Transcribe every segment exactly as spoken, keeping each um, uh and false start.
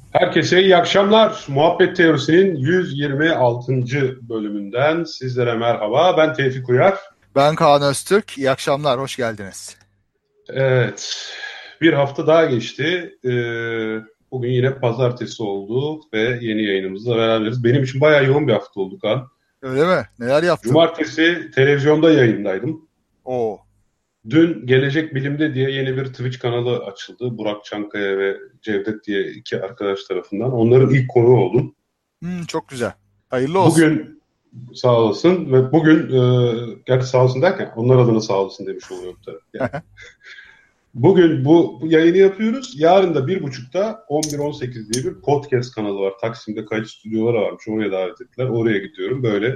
Herkese iyi akşamlar. Muhabbet Teorisi'nin yüz yirmi altıncı bölümünden sizlere merhaba. Ben Tevfik Uyar. Ben Kaan Öztürk. İyi akşamlar, hoş geldiniz. Evet, bir hafta daha geçti. Ee, bugün yine pazartesi oldu ve yeni yayınımızla beraberiz. Benim için bayağı yoğun bir hafta oldu Kaan. Öyle mi? Neler yaptın? Cumartesi televizyonda yayındaydım. Oo. Dün Gelecek Bilim'de diye yeni bir Twitch kanalı açıldı. Burak Çankaya ve Cevdet diye iki arkadaş tarafından. Onların ilk konuğu oldum. Hmm, çok güzel. Hayırlı olsun. Bugün sağ olasın ve bugün e, gerçi sağ olasın derken onlar adına sağ olasın demiş oluyorum tabii. Yani bugün bu, bu yayını yapıyoruz. Yarın da bir buçukta on bir on sekiz diye bir podcast kanalı var. Taksim'de kayıt stüdyoları varmış. Oraya davet ettiler. Oraya gidiyorum. Böyle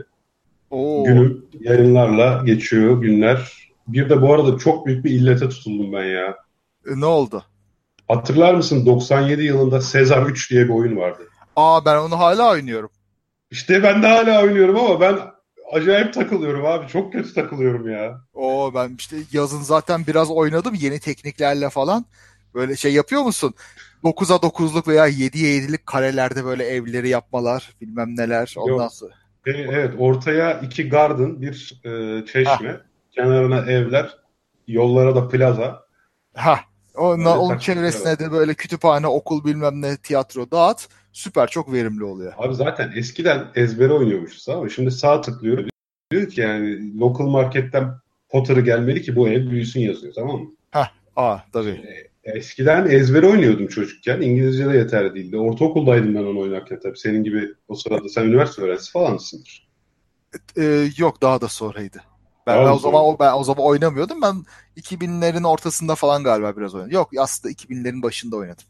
Oo. günüm yayınlarla geçiyor günler. Bir de bu arada çok büyük bir illete tutuldum ben ya. E, ne oldu? Hatırlar mısın doksan yedi yılında Sezar üç diye bir oyun vardı. Aa, ben onu hala oynuyorum. İşte ben de hala oynuyorum ama ben acayip takılıyorum abi. Çok kötü takılıyorum ya. Oo, ben işte yazın zaten biraz oynadım yeni tekniklerle falan. Böyle şey yapıyor musun? dokuza dokuzluk veya yediye yedilik karelerde böyle evleri yapmalar, bilmem neler. Ondan Yok. sonra. E, evet, ortaya iki garden, bir e, Ha, çeşme, kenarına evler, yollara da plaza. ha. Onunla, Böyle onun taktikler var. çevresine de böyle kütüphane, okul bilmem ne, tiyatro dağıt. Süper, çok verimli oluyor. Abi zaten eskiden ezbere oynuyormuşuz ama şimdi sağ tıklıyor. Diyor ki yani local marketten Potter'ı gelmeli ki bu ev büyüsün yazıyor, tamam mı? Ha, aa tabii. Şimdi, e, eskiden ezbere oynuyordum çocukken. İngilizce de yeterli değildi. Ortaokuldaydım ben onu oynarken tabii. Senin gibi o sırada sen üniversite öğrencisi falansındır. Ee, yok, daha da sonraydı. Ben, Daha ben mı o zaman o sonraydı? ben o zaman oynamıyordum. Ben iki binlerin ortasında falan galiba biraz oynadım. Yok, aslında iki binlerin başında oynadım.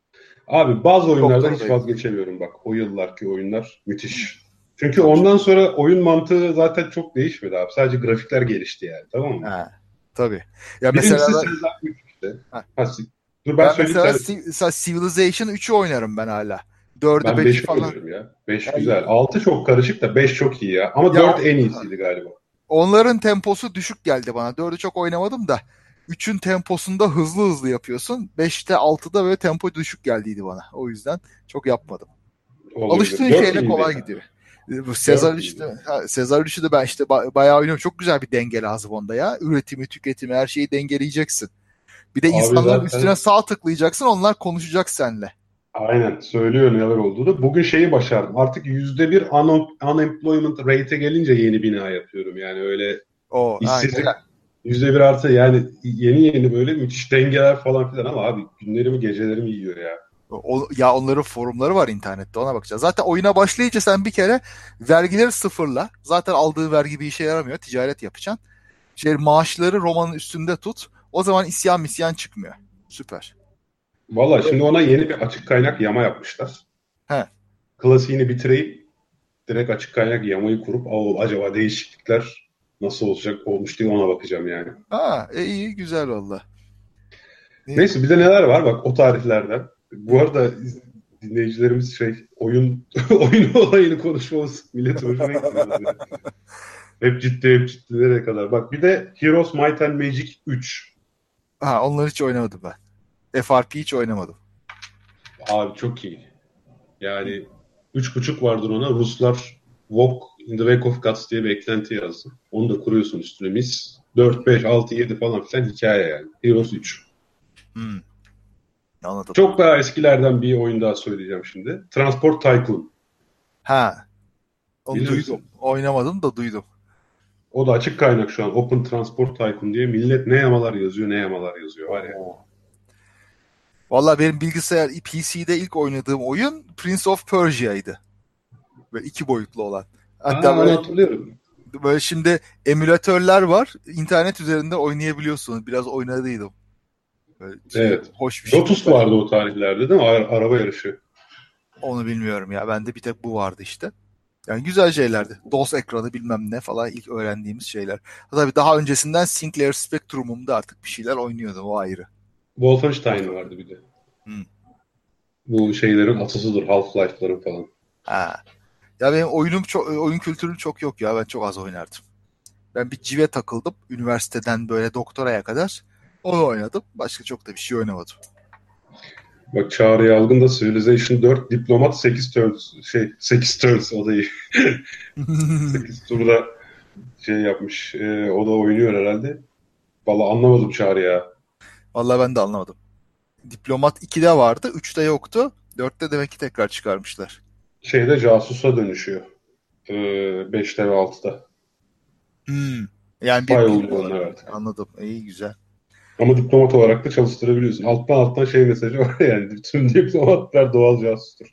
Abi bazı oyunlardan hiç Doktordaydım. vazgeçemiyorum bak. O yıllarki oyunlar Hmm, müthiş. Çünkü tabii canım. ondan sonra oyun mantığı zaten çok değişmedi abi. Sadece grafikler gelişti yani, tamam mı? Ha, tabii. Ya mesela Birincisi ben, Sezar üç işte. ha, Ha, si- dur ben ben söyleyeyim mesela sen. Civ- mesela Civilization üçü oynarım ben hala. dördü Ben beşi beşi falan. oynuyorum ya. Beş Yani, güzel. Altı çok karışık da beş çok iyi ya. Ama ya dört o- en iyisiydi galiba. onların temposu düşük geldi bana. dördü çok oynamadım da. üçün temposunda hızlı hızlı yapıyorsun. beşte altıda böyle tempo düşük geldiydi bana. O yüzden çok yapmadım. Olabilir. Alıştığın Dört şeyle iyiydi kolay ya. gidiyor. E, Bu Sezar Dört işte, iyiydi. ha, Sezar üçü de ben işte ba- bayağı oynuyorum. Çok güzel bir denge lazım onda ya. Üretimi, tüketimi, her şeyi dengeleyeceksin. Bir de Abi insanların üstüne zaten sağ tıklayacaksın, onlar konuşacak seninle. aynen söylüyor neler olduğunu. Bugün şeyi başardım. Artık yüzde bir un- unemployment rate'e gelince yeni bina yapıyorum. Yani öyle O, ha, işsizlik güzel. yüzde bir artı yani yeni yeni böyle müthiş dengeler falan filan ama abi günlerimi gecelerimi yiyor ya. O, ya onların forumları var internette, ona bakacağız. Zaten oyuna başlayınca sen bir kere vergileri sıfırla. Zaten aldığı vergi bir işe yaramıyor. Ticaret yapacaksın. Şey, maaşları romanın üstünde tut. O zaman isyan misyan çıkmıyor. Süper. Valla Ö- şimdi ona yeni bir açık kaynak yama yapmışlar. He. Klasiğini bitireyim direkt açık kaynak yamayı kurup "Aa, acaba değişiklikler nasıl olacak olmuş diye ona bakacağım yani. Ha, e, iyi, güzel valla. E, Neyse bir de neler var bak o tarihlerden. Bu arada dinleyicilerimiz şey oyun oyun olayını konuşmamız milletin hoşuna gitti biraz ya. Hep ciddi hep ciddi nereye kadar. Bak bir de Heroes Might and Magic üç. Ha, onları hiç oynamadım ben. F R P hiç oynamadım. Abi çok iyi. Yani üç buçuk vardır ona. Ruslar Walk in the Wake of Gods diye bir eklenti yazdı. Onu da kuruyorsun üstüne mis. dört, beş, altı, yedi falan filan hikaye yani. Heroes üç. Hmm, anladım. Çok daha eskilerden bir oyun daha söyleyeceğim şimdi. Transport Tycoon. Ha, onu Bilir duydum. misin? Oynamadım da duydum. O da açık kaynak şu an. Open Transport Tycoon diye. Millet ne yamalar yazıyor, ne yamalar yazıyor var ya. Oo. Valla benim bilgisayar P C'de ilk oynadığım oyun Prince of Persia'ydı. Böyle iki boyutlu olan. Hatta Aa onu böyle hatırlıyorum. böyle şimdi emülatörler var. İnternet üzerinde oynayabiliyorsunuz. Biraz oynadıydım. Böyle şey, Evet. hoş bir şey. Lotus vardı o tarihlerde değil mi? Ara- araba yarışı. Onu bilmiyorum ya. Bende bir tek bu vardı işte. Yani güzel şeylerdi. DOS ekranı bilmem ne falan, ilk öğrendiğimiz şeyler. Tabii daha öncesinden Sinclair Spectrum'umda artık bir şeyler oynuyordum, o ayrı. Wolfenstein Ortak. vardı bir de. Hmm. Bu şeylerin atasıdır. Half-Life'ların falan. Ha. Ya benim oyunum çok, oyun kültürüm çok yok ya. Ben çok az oynardım. Ben bir cive takıldım. Üniversiteden böyle doktoraya kadar. Onu oynadım. Başka çok da bir şey oynamadım. Bak Çağrı Yalgın da Civilization dört Diplomat sekiz turns şey sekiz turns o da iyi. sekiz turda şey yapmış. E, o da oynuyor herhalde. Vallahi anlamadım Çağrı ya. Vallahi ben de anlamadım. Diplomat ikide vardı, üçte yoktu. dörtte demek ki tekrar çıkarmışlar. Şeyde casusa dönüşüyor. E, beşte ve altıda. Hmm. Yani Spy bir oluyor bilgi onlar olarak. artık. Anladım. İyi, güzel. Ama diplomat olarak da çalıştırabiliyorsun. Alttan alttan şey mesajı var yani. Tüm diplomatlar doğal casustur.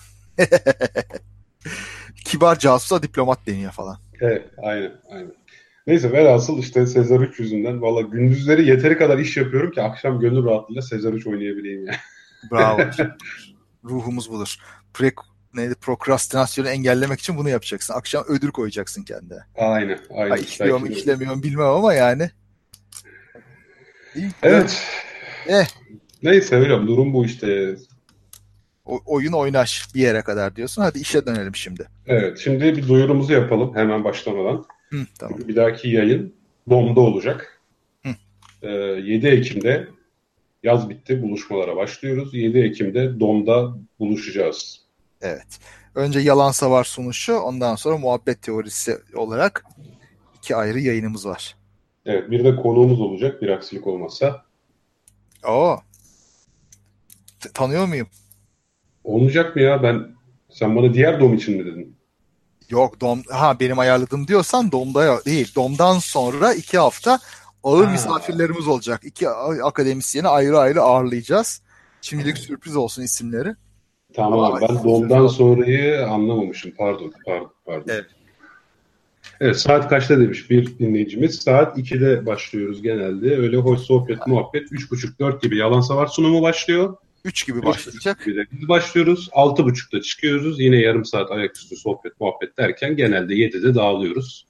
Kibar casusa diplomat deniyor falan. Evet, aynen, aynen. Neyse velhasıl işte Sezar üç yüzünden valla gündüzleri yeteri kadar iş yapıyorum ki akşam gönül rahatlığıyla Sezar üç oynayabileyim yani. Bravo. Ruhumuz budur. Pre neydi? Prokrastinasyonu engellemek için bunu yapacaksın. Akşam ödül koyacaksın kendine. Aynen, Ha, aynen. işliyor mu Belki de. işlemiyor mu bilmem ama yani. İyi, güzel. Evet. Eh, Neyse öyle durum bu işte. o, oyun oynaş bir yere kadar diyorsun. Hadi işe dönelim şimdi. Evet, şimdi bir duyurumuzu yapalım hemen başlamadan. Hı, tamam. Bir dahaki yayın Dom'da olacak. Hı. Ee, yedi Ekim'de yaz bitti, buluşmalara başlıyoruz. yedi Ekim'de Dom'da buluşacağız. Evet. Önce Yalan Savar sunuşu, ondan sonra muhabbet teorisi olarak iki ayrı yayınımız var. Evet, bir de konuğumuz olacak bir aksilik olmazsa. Oo. T- Tanıyor muyum? Olmayacak mı ya? Ben sen bana diğer Dom için mi dedin? Yok, Dom, ha benim ayarladığım diyorsan Dom'da yok, değil. Dom'dan sonra iki hafta ağır Ha, misafirlerimiz olacak. İki akademisyeni ayrı ayrı ağırlayacağız. Şimdilik sürpriz olsun isimleri. tamam. Ama Ben sürpriz Dom'dan olsun. sonrayı anlamamışım. Pardon, pardon, pardon. Evet. Evet, saat kaçta demiş bir dinleyicimiz. Saat ikide başlıyoruz genelde. Öyle hoş sohbet, muhabbet. Üç buçuk dört gibi Yalan Savar sunumu başlıyor. Üç gibi Beş buçuk başlayacak. gibi de biz başlıyoruz. Altı buçukta çıkıyoruz. Yine yarım saat ayaküstü sohbet, muhabbet derken genelde yedide dağılıyoruz.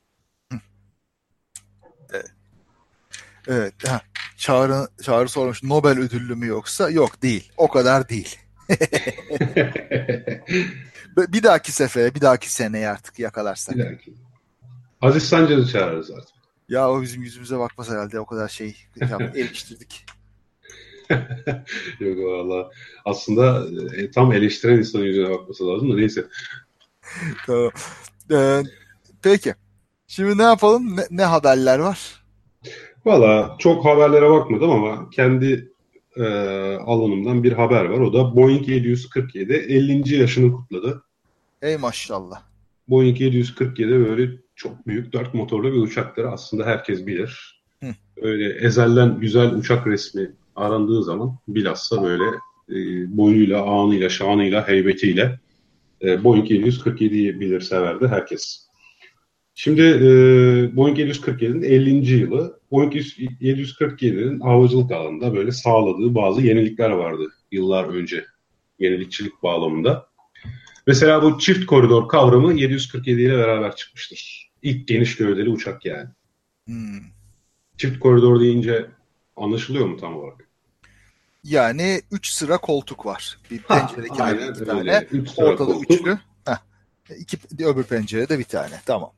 Evet. Evet. Ha. Çağrı, Çağrı sormuş, Nobel ödüllü mü yoksa? Yok, değil. O kadar değil. Bir dahaki sefere, bir dahaki seneye artık Bir yakalarsak. dahaki. Aziz Sancar'ı çağırırız artık. Ya o bizim yüzümüze bakmaz herhalde, o kadar şey yap, eleştirdik. Yok valla. Aslında e, tam eleştiren insanın yüzüne bakması lazım da neyse. Tamam. Ee, peki. Şimdi ne yapalım? Ne, ne haberler var? Valla çok haberlere bakmadım ama kendi e, alanımdan bir haber var. O da Boeing yedi yüz kırk yedi ellinci yaşını kutladı. Ey maşallah. Boeing yedi yüz kırk yedi böyle çok büyük dört motorlu bir uçaktır. Aslında herkes bilir. Hı. Öyle ezelden güzel uçak resmi arandığı zaman bilhassa böyle e, boyuyla, anıyla, şanıyla, heybetiyle e, Boeing yedi yüz kırk yediyi bilir severdi herkes. Şimdi e, Boeing yedi yüz kırk yedinin ellinci yılı. Boeing yedi yüz kırk yedinin havacılık alanında böyle sağladığı bazı yenilikler vardı yıllar önce yenilikçilik bağlamında. Mesela bu çift koridor kavramı yedi yüz kırk yedi ile beraber çıkmıştır. İlk geniş gövdeli uçak yani. Hmm. Çift koridor deyince anlaşılıyor mu tam olarak? Yani üç sıra koltuk var. Bir Ha, pencere kenarında iki aynen tane. öyle. Üç sıra Ortada üçlü. koltuk. Heh. İki, öbür pencerede bir tane. Tamam.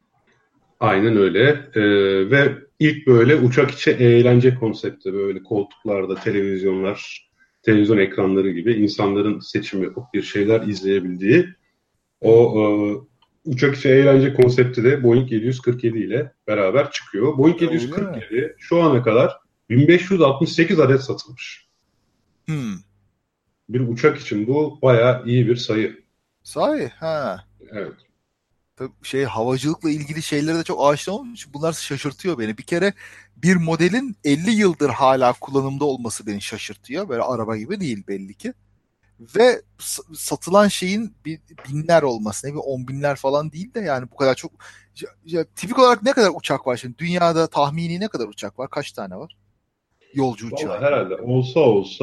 Aynen öyle. Ee, ve ilk böyle uçak içi eğlence konsepti böyle koltuklarda televizyonlar, televizyon ekranları gibi insanların seçim yapıp bir şeyler izleyebildiği o e, uçak içi eğlence konsepti de Boeing yedi yüz kırk yedi ile beraber çıkıyor. Boeing Öyle mi? yedi yüz kırk yedi şu ana kadar bin beş yüz altmış sekiz adet satılmış. Hmm. Bir uçak için bu bayağı iyi bir sayı. Sahi. Ha. Evet. Tabii şey, havacılıkla ilgili şeylere de çok aşina olduğum için bunlar şaşırtıyor beni. Bir kere bir modelin elli yıldır hala kullanımda olması beni şaşırtıyor. Böyle araba gibi değil belli ki. Ve s- satılan şeyin bir, binler olması, ne bir on binler falan değil de yani bu kadar çok. Ya, ya, tipik olarak ne kadar uçak var şimdi? Dünyada tahmini ne kadar uçak var? Kaç tane var? Yolcu uçağı Vallahi yani. herhalde olsa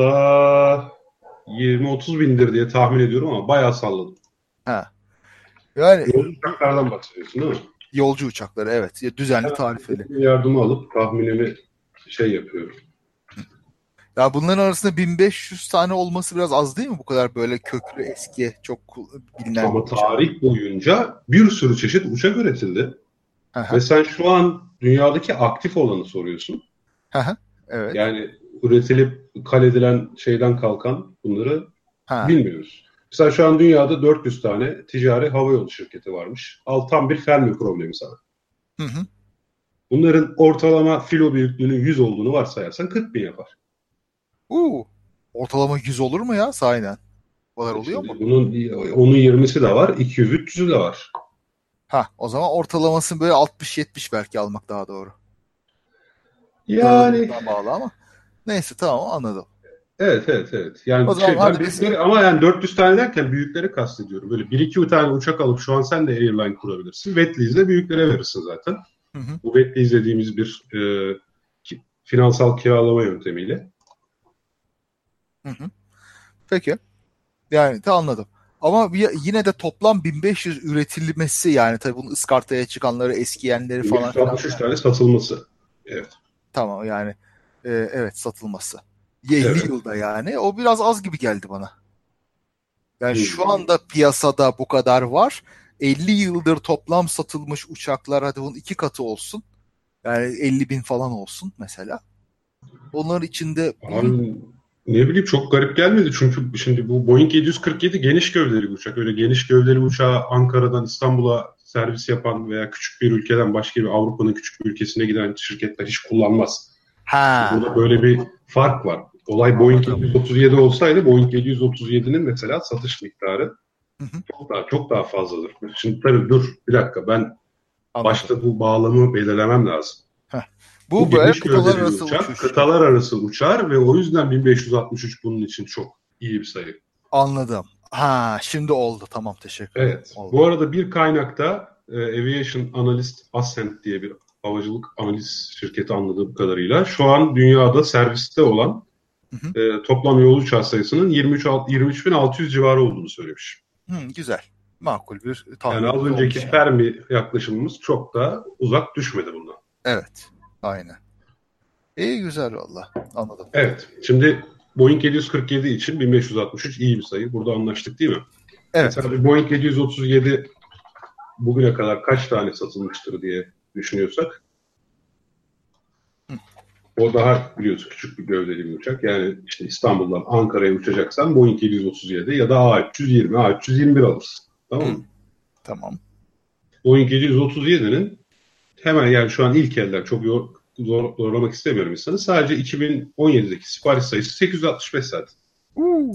olsa yirmi otuz bindir diye tahmin ediyorum ama bayağı salladım. Ha. Yani Yolcu bu uçaklardan bahsediyorsun değil mi? yolcu uçakları, evet. Ya, düzenli Hemen tarifeli. yardımı alıp tahminimi şey yapıyorum. Ya bunların arasında bin beş yüz tane olması biraz az değil mi? Bu kadar böyle köklü, eski, çok bilinen Ama uçağın. tarih boyunca bir sürü çeşit uçak üretildi. Hı Ve hı. sen şu an dünyadaki aktif olanı soruyorsun. Hı hı. Evet. Yani üretilip kal edilen şeyden kalkan bunları Ha. bilmiyoruz. Mesela şu an dünyada dört yüz tane ticari havayolu şirketi varmış. Al tam bir Fermi problemi sana. Hı hı. Bunların ortalama filo büyüklüğünün yüz olduğunu varsayarsan kırk bin yapar. Uu. Ortalama yüz olur mu ya sahiden? O kadar E oluyor mu? Şimdi bunun onun yirmisi de var, iki yüz üç yüzü de var. Ha, o zaman ortalamasını böyle altmış yetmiş belki almak daha doğru. Yani Dağılımına bağlı ama. Neyse, tamam, anladım. evet evet evet. O Yani zaman şey ben hadi biz büyükleri ama yani dört yüz tane derken büyükleri kastediyorum. Böyle bir iki tane uçak alıp şu an sen de airline kurabilirsin. Wet lease'de büyüklere verirsin zaten. hı hı, Bu wet lease dediğimiz bir e, ki, finansal kiralama yöntemiyle. hı hı. Peki. Yani de anladım. Ama bir- yine de toplam bin beş yüz üretilmesi, yani tabii bunun ıskartaya çıkanları, eskiyenleri falan filan. bin beş yüz altmış üç tane satılması. Evet. Tamam yani, e, evet, satılması. elli Evet. yılda yani. O biraz az gibi geldi bana. Yani şu Hmm. anda piyasada bu kadar var. elli yıldır toplam satılmış uçaklar, hadi bunun iki katı olsun. Yani elli bin falan olsun mesela. Onların içinde bunun Abi ne bileyim çok garip gelmedi çünkü şimdi bu Boeing yedi yüz kırk yedi geniş gövdeli bir uçak. Öyle geniş gövdeli uçağı Ankara'dan İstanbul'a servis yapan veya küçük bir ülkeden başka bir Avrupa'nın küçük bir ülkesine giden şirketler hiç kullanmaz. Şimdi ha, burada böyle bir fark var. Olay Boeing anladım. yedi yüz otuz yedi olsaydı Boeing yedi yüz otuz yedinin mesela satış miktarı Hı hı, çok daha çok daha fazladır. Şimdi tabii dur bir dakika ben anladım. başta bu bağlamı belirlemem lazım. Heh. Bu Bu böyle geniş kıtalar gövdeli bir arası uçak, uçuş gibi. kıtalar arası uçar ve o yüzden bin beş yüz altmış üç bunun için çok iyi bir sayı. Anladım. Ha, şimdi oldu. Tamam, teşekkür ederim. Evet. Oldu. Bu arada bir kaynakta e, Aviation Analyst Ascent diye bir havacılık analiz şirketi anladığım kadarıyla şu an dünyada serviste olan Hı hı. e, toplam yolcu uçağı sayısının yirmi üç yirmi üç bin altı yüz civarı olduğunu söylemiş. Hı, güzel. Makul bir Yani az tahminimiz önceki olmuş yani. Fermi yaklaşımımız çok da uzak düşmedi bundan. Evet. Aynen. İyi, güzel valla. Anladım. Evet. Şimdi Boeing yedi yüz kırk yedi için bin beş yüz altmış üç iyi bir sayı. Burada anlaştık değil mi? Evet. Mesela bir Boeing yedi yüz otuz yedi bugüne kadar kaç tane satılmıştır diye düşünüyorsak Hı. o daha biliyorsun küçük bir gövdeli bir uçak. Yani işte İstanbul'dan Ankara'ya uçacaksan Boeing yedi yüz otuz yedi ya da A üç yüz yirmi, A üç yüz yirmi bir alırsın. Tamam Hı. mı? Tamam. Boeing yedi yüz otuz yedinin hemen yani şu an ilk elden çok yor, zor, zorlamak istemiyorum insanı. Sadece iki bin on yedideki sipariş sayısı sekiz yüz altmış beş saat. Uu.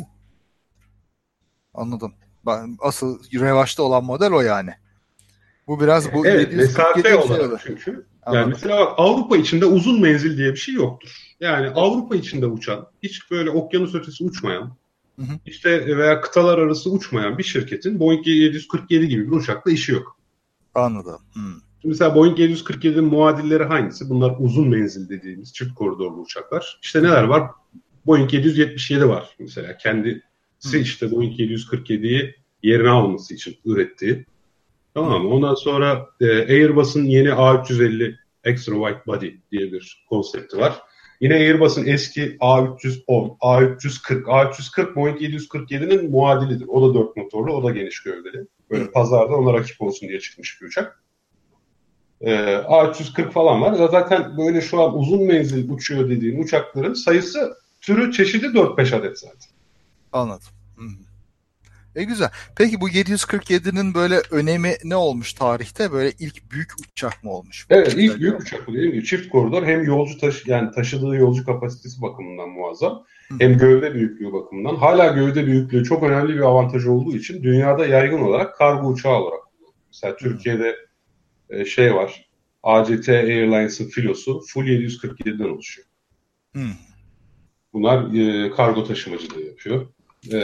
Anladım. Ben, asıl revaçta olan model o yani. Bu biraz bu Evet, mesafe yedi yüz kırk yediye şey olarak olur. çünkü. Yani Anladım. mesela bak, Avrupa içinde uzun menzil diye bir şey yoktur. Yani Avrupa içinde uçan, hiç böyle okyanus ötesi uçmayan, Hı hı. işte veya kıtalar arası uçmayan bir şirketin Boeing yedi yüz kırk yedi gibi bir uçakla işi yok. Anladım. Hı. Şimdi mesela Boeing yedi yüz kırk yedinin muadilleri hangisi? Bunlar uzun menzil dediğimiz çift koridorlu uçaklar. İşte Hı neler hı. var? Boeing yedi yüz yetmiş yedi var mesela. Kendisi Hı. işte Boeing yedi yüz kırk yediyi yerine alması için ürettiği. Hı. Tamam mı? Ondan sonra e, Airbus'un yeni A üç yüz elli Extra Wide Body diye bir konsepti var. Yine Airbus'un eski A üç yüz on, A üç yüz kırk, A üç yüz kırk Boeing yedi yüz kırk yedinin muadilidir. O da dört motorlu, o da geniş gövdeli. Hı. Böyle pazarda ona rakip olsun diye çıkmış bir uçak. E, A üç yüz kırk falan var. Zaten böyle şu an uzun menzil uçuyor dediğim uçakların sayısı, türü, çeşidi dört beş adet zaten. Anladım. Hı. E, güzel. Peki bu yedi yüz kırk yedinin böyle önemi ne olmuş tarihte? Böyle ilk büyük uçak mı olmuş bu? Evet, ilk Kısaca. büyük uçak bu dediğim gibi çift koridor, hem yolcu taşı yani taşıdığı yolcu kapasitesi bakımından muazzam, Hı hı. hem gövde büyüklüğü bakımından. Hala gövde büyüklüğü çok önemli bir avantajı olduğu için dünyada yaygın olarak kargo uçağı olarak kullanılıyor. Mesela Hı hı. Türkiye'de e, şey var, A C T Airlines'ın filosu full yedi yüz kırk yediden oluşuyor. Hı. Bunlar e, kargo taşımacılığı yapıyor. E,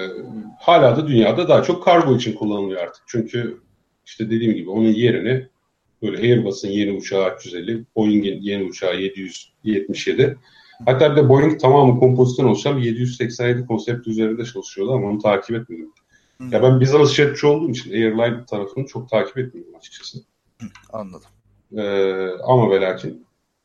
hala da dünyada daha çok kargo için kullanılıyor artık. Çünkü işte dediğim gibi onun yerini böyle Airbus'un yeni uçağı üç yüz elli, Boeing'in yeni uçağı yedi yüz yetmiş yedi. Hatta bir de Boeing tamamı kompozitten oluşan yedi yüz seksen yedi konsepti üzerinde çalışıyordu ama onu takip etmedim. Hı. Ya ben business jetçi olduğum için airline tarafını çok takip etmiyorum açıkçası. Anladım. Ee, ama ve lakin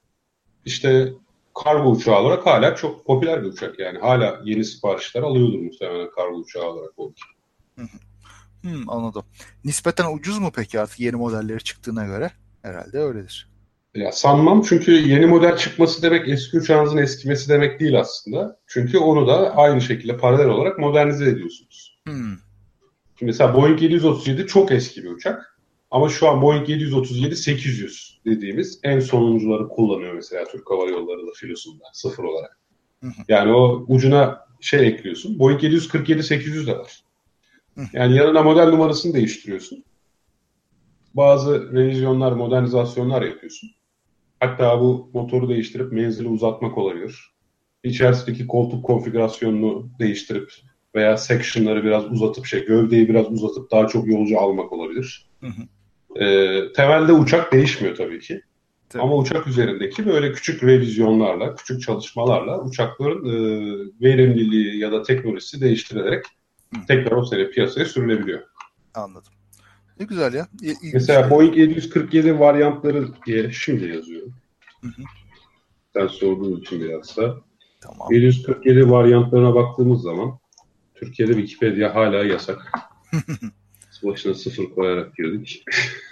işte kargo uçağı olarak hala çok popüler bir uçak yani. Hala yeni siparişler alıyordur muhtemelen kargo uçağı olarak Boeing. Hı hı. Hı, anladım. Nispeten ucuz mu peki artık yeni modelleri çıktığına göre? Herhalde öyledir. Ya sanmam, çünkü yeni model çıkması demek eski uçağınızın eskimesi demek değil aslında. Çünkü onu da aynı şekilde paralel olarak modernize ediyorsunuz. Hmm. Şimdi mesela Boeing yedi yüz otuz yedi çok eski bir uçak. Ama şu an Boeing yedi yüz otuz yedi sekiz yüz dediğimiz en sonuncuları kullanıyor mesela Türk Hava Yolları da filosunda sıfır olarak. Hı hı. Yani o ucuna şey ekliyorsun. Boeing yedi yüz kırk yedi sekiz yüz de var. Hı hı. Yani yanına model numarasını değiştiriyorsun. Bazı revizyonlar, modernizasyonlar yapıyorsun. Hatta bu motoru değiştirip menzili uzatmak olabilir. İçerisindeki koltuk konfigürasyonunu değiştirip veya section'ları biraz uzatıp şey gövdeyi biraz uzatıp daha çok yolcu almak olabilir. Hı hı. Ee, temelde uçak değişmiyor tabii ki. Tabii. Ama uçak üzerindeki böyle küçük revizyonlarla, küçük çalışmalarla uçakların e, verimliliği ya da teknolojisi değiştirilerek Hı. tekrar o sene piyasaya sürülebiliyor. Anladım. Ne güzel ya. İ- İlginç Mesela geldi. Boeing yedi yüz kırk yedi varyantları diye şimdi yazıyorum. Hı hı. Sen sorduğun için biraz da. Tamam. yedi yüz kırk yedi varyantlarına baktığımız zaman Türkiye'de Wikipedia hala yasak. Başına sıfır koyarak girdik.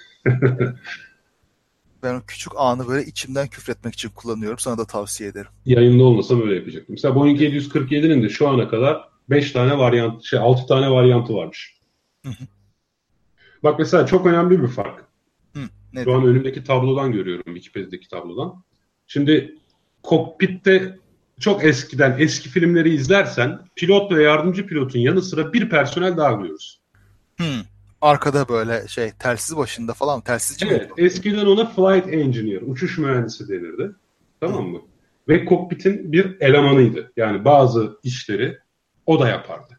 Ben o küçük anı böyle içimden küfretmek için kullanıyorum. Sana da tavsiye ederim. Yayında olmasam öyle yapacaktım. Mesela Boeing yedi yüz kırk yedinin de şu ana kadar beş tane varyant, şey altı tane varyantı varmış. Hı hı. Bak mesela çok önemli bir fark. Hı. Şu Nedir? an önümdeki tablodan görüyorum, Wikipedia'daki tablodan. Şimdi kokpitte çok eskiden eski filmleri izlersen pilot ve yardımcı pilotun yanı sıra bir personel daha görüyoruz. Hı. Arkada böyle şey telsiz başında falan. Telsizci miydi Evet, o? eskiden ona flight engineer, uçuş mühendisi denirdi. Hı. Tamam mı? Ve kokpitin bir elemanıydı. Yani bazı işleri o da yapardı.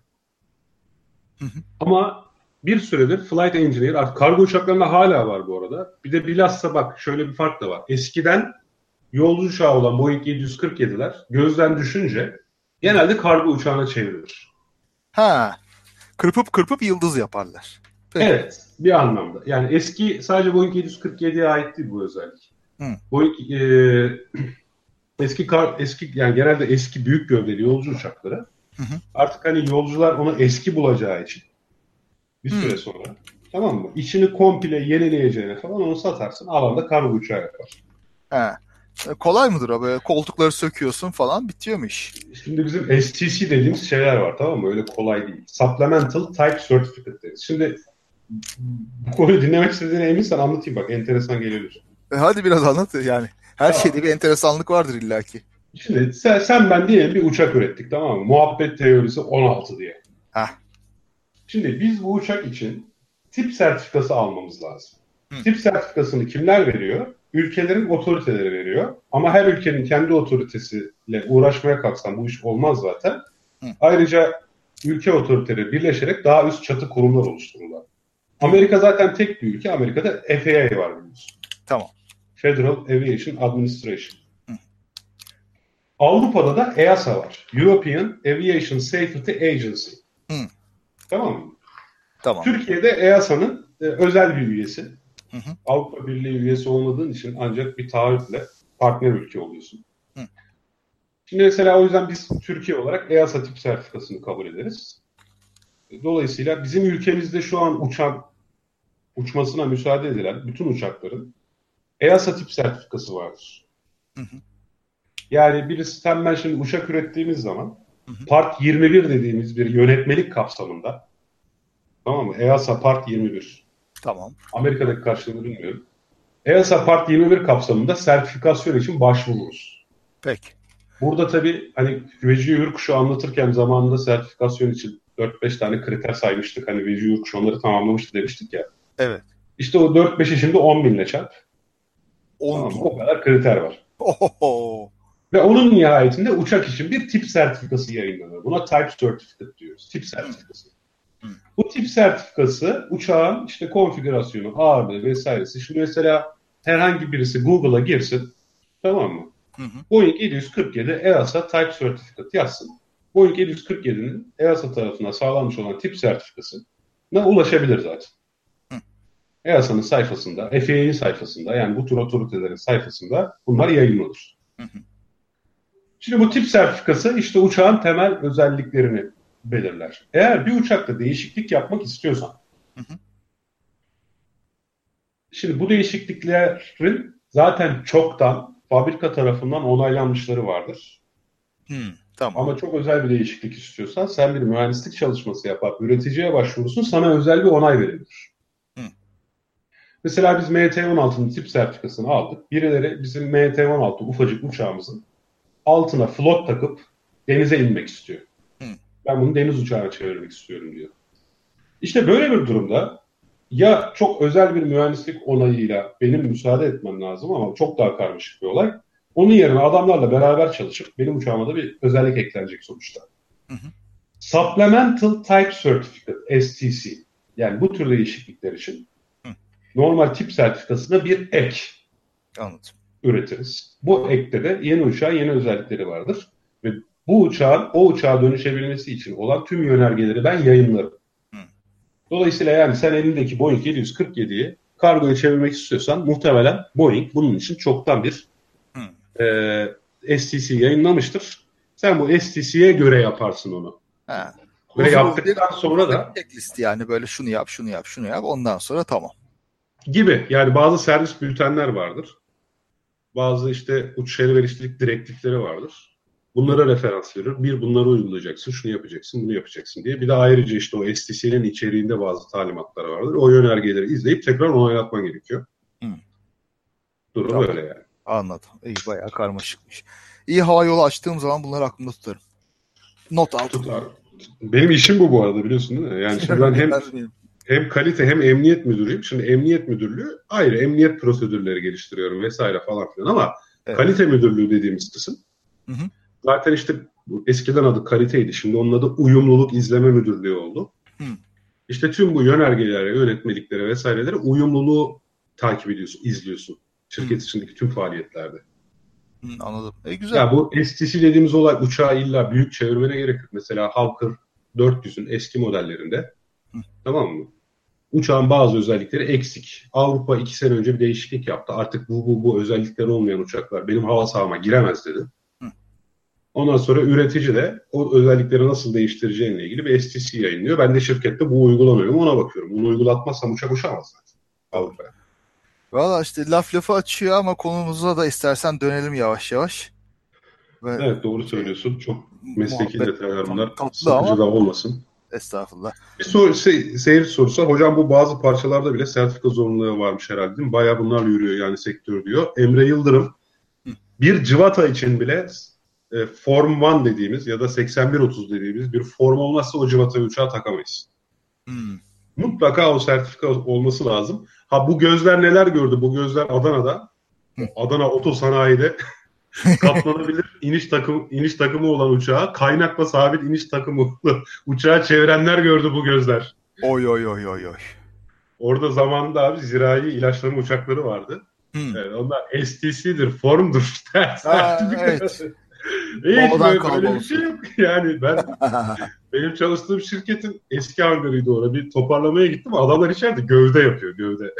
Hı hı. Ama bir süredir flight engineer, artık kargo uçaklarında hala var bu arada. Bir de bilhassa bak şöyle bir fark da var. Eskiden yolcu uçağı olan Boeing yedi yüz kırk yediler gözden düşünce Hı hı. genelde kargo uçağına çevrilir. Ha. Kırpıp kırpıp yıldız yaparlar. Peki. Evet, bir anlamda. Yani eski sadece Boeing yedi yüz kırk yediye ait değil bu özellik. Hı. Boeing e, eski kar, eski yani genelde eski büyük gövdeli yolcu uçakları Hı hı. artık hani yolcular onu eski bulacağı için bir Hı. süre sonra, tamam mı? İçini komple yenileyeceğine falan onu satarsın. Alanda kargo uçağı yapar. Ha. E, kolay mıdır o? Böyle koltukları söküyorsun falan bitiyor mu iş? Şimdi bizim S T C dediğimiz şeyler var, tamam mı? Öyle kolay değil. Supplemental Type Certificate deriz. Şimdi bu konuyu dinlemek istediğine eminsen anlatayım bak. Enteresan gelebilir. E, hadi biraz anlat yani. Her şeyde Tamam. bir enteresanlık vardır illaki. Şimdi sen, sen ben diyelim bir uçak ürettik, tamam mı? Muhabbet teorisi on altı diye. Ha. Şimdi biz bu uçak için tip sertifikası almamız lazım. Hı. Tip sertifikasını kimler veriyor? Ülkelerin otoriteleri veriyor. Ama her ülkenin kendi otoritesiyle uğraşmaya kalksan bu iş olmaz zaten. Hı. Ayrıca ülke otoriteleri birleşerek daha üst çatı kurumlar oluştururlar. Hı. Amerika zaten tek bir ülke. Amerika'da F A A var biliyorsun. Tamam. Federal Aviation Administration. Hı. Avrupa'da da E A S A var. European Aviation Safety Agency. Hı. Tamam mı? Tamam. Türkiye'de E A S A'nın e, özel bir üyesi. Hı hı. Avrupa Birliği üyesi olmadığın için ancak bir taahhütle partner ülke oluyorsun. Hı. Şimdi mesela o yüzden biz Türkiye olarak E A S A tip sertifikasını kabul ederiz. Dolayısıyla bizim ülkemizde şu an uçak uçmasına müsaade edilen bütün uçakların E A S A tip sertifikası vardır. Hı hı. Yani birisi sen ben şimdi uçak ürettiğimiz zaman Hı hı. Part yirmi bir dediğimiz bir yönetmelik kapsamında, tamam mı? E A S A Part yirmi bir. Tamam. Amerika'daki karşılığını bilmiyorum. E A S A Part yirmi bir kapsamında sertifikasyon için başvururuz. Peki. Burada tabii hani Vecihi Hürkuş'u anlatırken zamanında sertifikasyon için dört beş tane kriter saymıştık. Hani Vecihi Hürkuş onları tamamlamıştı demiştik ya. Evet. İşte o dört beşi şimdi on binle çarp. On Tamam mı? bin. O kadar kriter var. Ohoho. Ve onun nihayetinde uçak için bir tip sertifikası yayınlanıyor. Buna Type Certificate diyoruz. Tip Hı. sertifikası. Hı. Bu tip sertifikası uçağın işte konfigürasyonu, ağırlığı vesairesi. Şimdi mesela herhangi birisi Google'a girsin, tamam mı? Hı hı. Boeing yedi yüz kırk yedi E A S A Type Certificate yazsın. Boeing yedi yüz kırk yedinin E A S A tarafından sağlanmış olan tip sertifikasına ulaşabilir zaten. Hı. E A S A'nın sayfasında, F A A'nin sayfasında, yani bu tür otoritelerin sayfasında bunlar yayınlanır. Hı hı. Şimdi bu tip sertifikası işte uçağın temel özelliklerini belirler. Eğer bir uçakta değişiklik yapmak istiyorsan, Hı hı. şimdi bu değişikliklerin zaten çoktan fabrika tarafından onaylanmışları vardır. Hmm, tamam. Ama çok özel bir değişiklik istiyorsan sen bir mühendislik çalışması yapar, üreticiye başvurursun, sana özel bir onay verilir. Hmm. Mesela biz M T on altının tip sertifikasını aldık. Birileri bizim M T on altı ufacık uçağımızın altına flot takıp denize inmek istiyor. Hmm. Ben bunu deniz uçağına çevirmek istiyorum diyor. İşte böyle bir durumda ya çok özel bir mühendislik onayıyla benim müsaade etmem lazım ama çok daha karmaşık bir olay. Onun yerine adamlarla beraber çalışıp benim uçağıma da bir özellik eklenecek sonuçta. Hı hı. Supplemental Type Certificate, S T C. Yani bu tür değişiklikler için hı. normal tip sertifikasına bir ek Anladım. üretiriz. Bu ekte de yeni uçağın yeni özellikleri vardır. Ve bu uçağın o uçağa dönüşebilmesi için olan tüm yönergeleri ben yayınlarım. Hı. Dolayısıyla yani sen elindeki Boeing yedi yüz kırk yediyi kargoya çevirmek istiyorsan muhtemelen Boeing bunun için çoktan bir e, S T C yayınlamıştır. Sen bu S T C'ye göre yaparsın onu. Ha. Böyle yaptıktan sonra da checklist, yani böyle şunu yap, şunu yap, şunu yap, ondan sonra tamam. Gibi. Yani bazı servis bültenler vardır. Bazı işte uçuş elverişlilik direktifleri vardır. Bunlara referans verir. Bir, bunları uygulayacaksın, şunu yapacaksın, bunu yapacaksın diye. Bir de ayrıca işte o S T C'nin içeriğinde bazı talimatlar vardır. O yönergeleri izleyip tekrar onaylatman gerekiyor. Hmm. Durum tamam. Öyle yani. Anladım. İyi, bayağı karmaşıkmış. İyi, hava yolu açtığım zaman bunları aklımda tutarım. Not aldım. Tutar. Benim işim bu bu arada, biliyorsun değil mi? Yani şimdi ben hem hem kalite hem emniyet müdürüyüm. Şimdi emniyet müdürlüğü ayrı, emniyet prosedürleri geliştiriyorum vesaire falan filan ama evet. Kalite müdürlüğü dediğimiz kısım hı hı. zaten işte eskiden adı kaliteydi. Şimdi onun adı uyumluluk izleme müdürlüğü oldu. Hı. İşte tüm bu yönergelere, yönetmeliklere vesairelere uyumluluğu takip ediyorsun, izliyorsun. Şirket hı. içindeki tüm faaliyetlerde. Hı, anladım. E, güzel. Ya bu S T C dediğimiz olay uçağı illa büyük çevirmene gerek yok. Mesela Hawker dört yüzün eski modellerinde hı. tamam mı? Uçağın bazı özellikleri eksik. Avrupa iki sene önce bir değişiklik yaptı. Artık bu bu bu özellikleri olmayan uçaklar benim hava sahama giremez dedi. Hı. Ondan sonra üretici de o özellikleri nasıl değiştireceğinle ilgili bir S T C yayınlıyor. Ben de şirkette bu uygulanıyor mu ona bakıyorum. Bunu uygulatmazsam uçak uçamaz zaten Avrupa'ya. Valla işte laf lafı açıyor ama konumuza da istersen dönelim yavaş yavaş. Ve evet, doğru söylüyorsun. Çok mesleki detaylar bunlar. Sıkıcı ama da olmasın. Estağfurullah. Bir soru, se- seyir sorusu. Hocam bu bazı parçalarda bile sertifika zorunluluğu varmış herhalde değil mi? Bayağı bunlarla yürüyor yani sektör diyor. Emre Yıldırım Hı. bir cıvata için bile e, Form bir dediğimiz ya da seksen bir otuz dediğimiz bir form olmazsa o cıvatayı uçağa takamayız. Hmm. Mutlaka o sertifika olması lazım. Ha bu gözler neler gördü? Bu gözler Adana'da. Hı. Adana Otosanayi'de katlanabilir iniş takım iniş takımı olan uçağa kaynakla sabit iniş takımı uçağı çevirenler gördü bu gözler. Oy oy oy oy oy. Orada zamanında abi zirai ilaçlama uçakları vardı. Hmm. Evet, onlar S T C'dir, formdur. Aa, evet. Hiç böyle, böyle bir şey yok. Yani ben benim çalıştığım şirketin eski hangarıydı orada. Bir toparlamaya gittim. Adamlar içeride gövde yapıyor, gövde.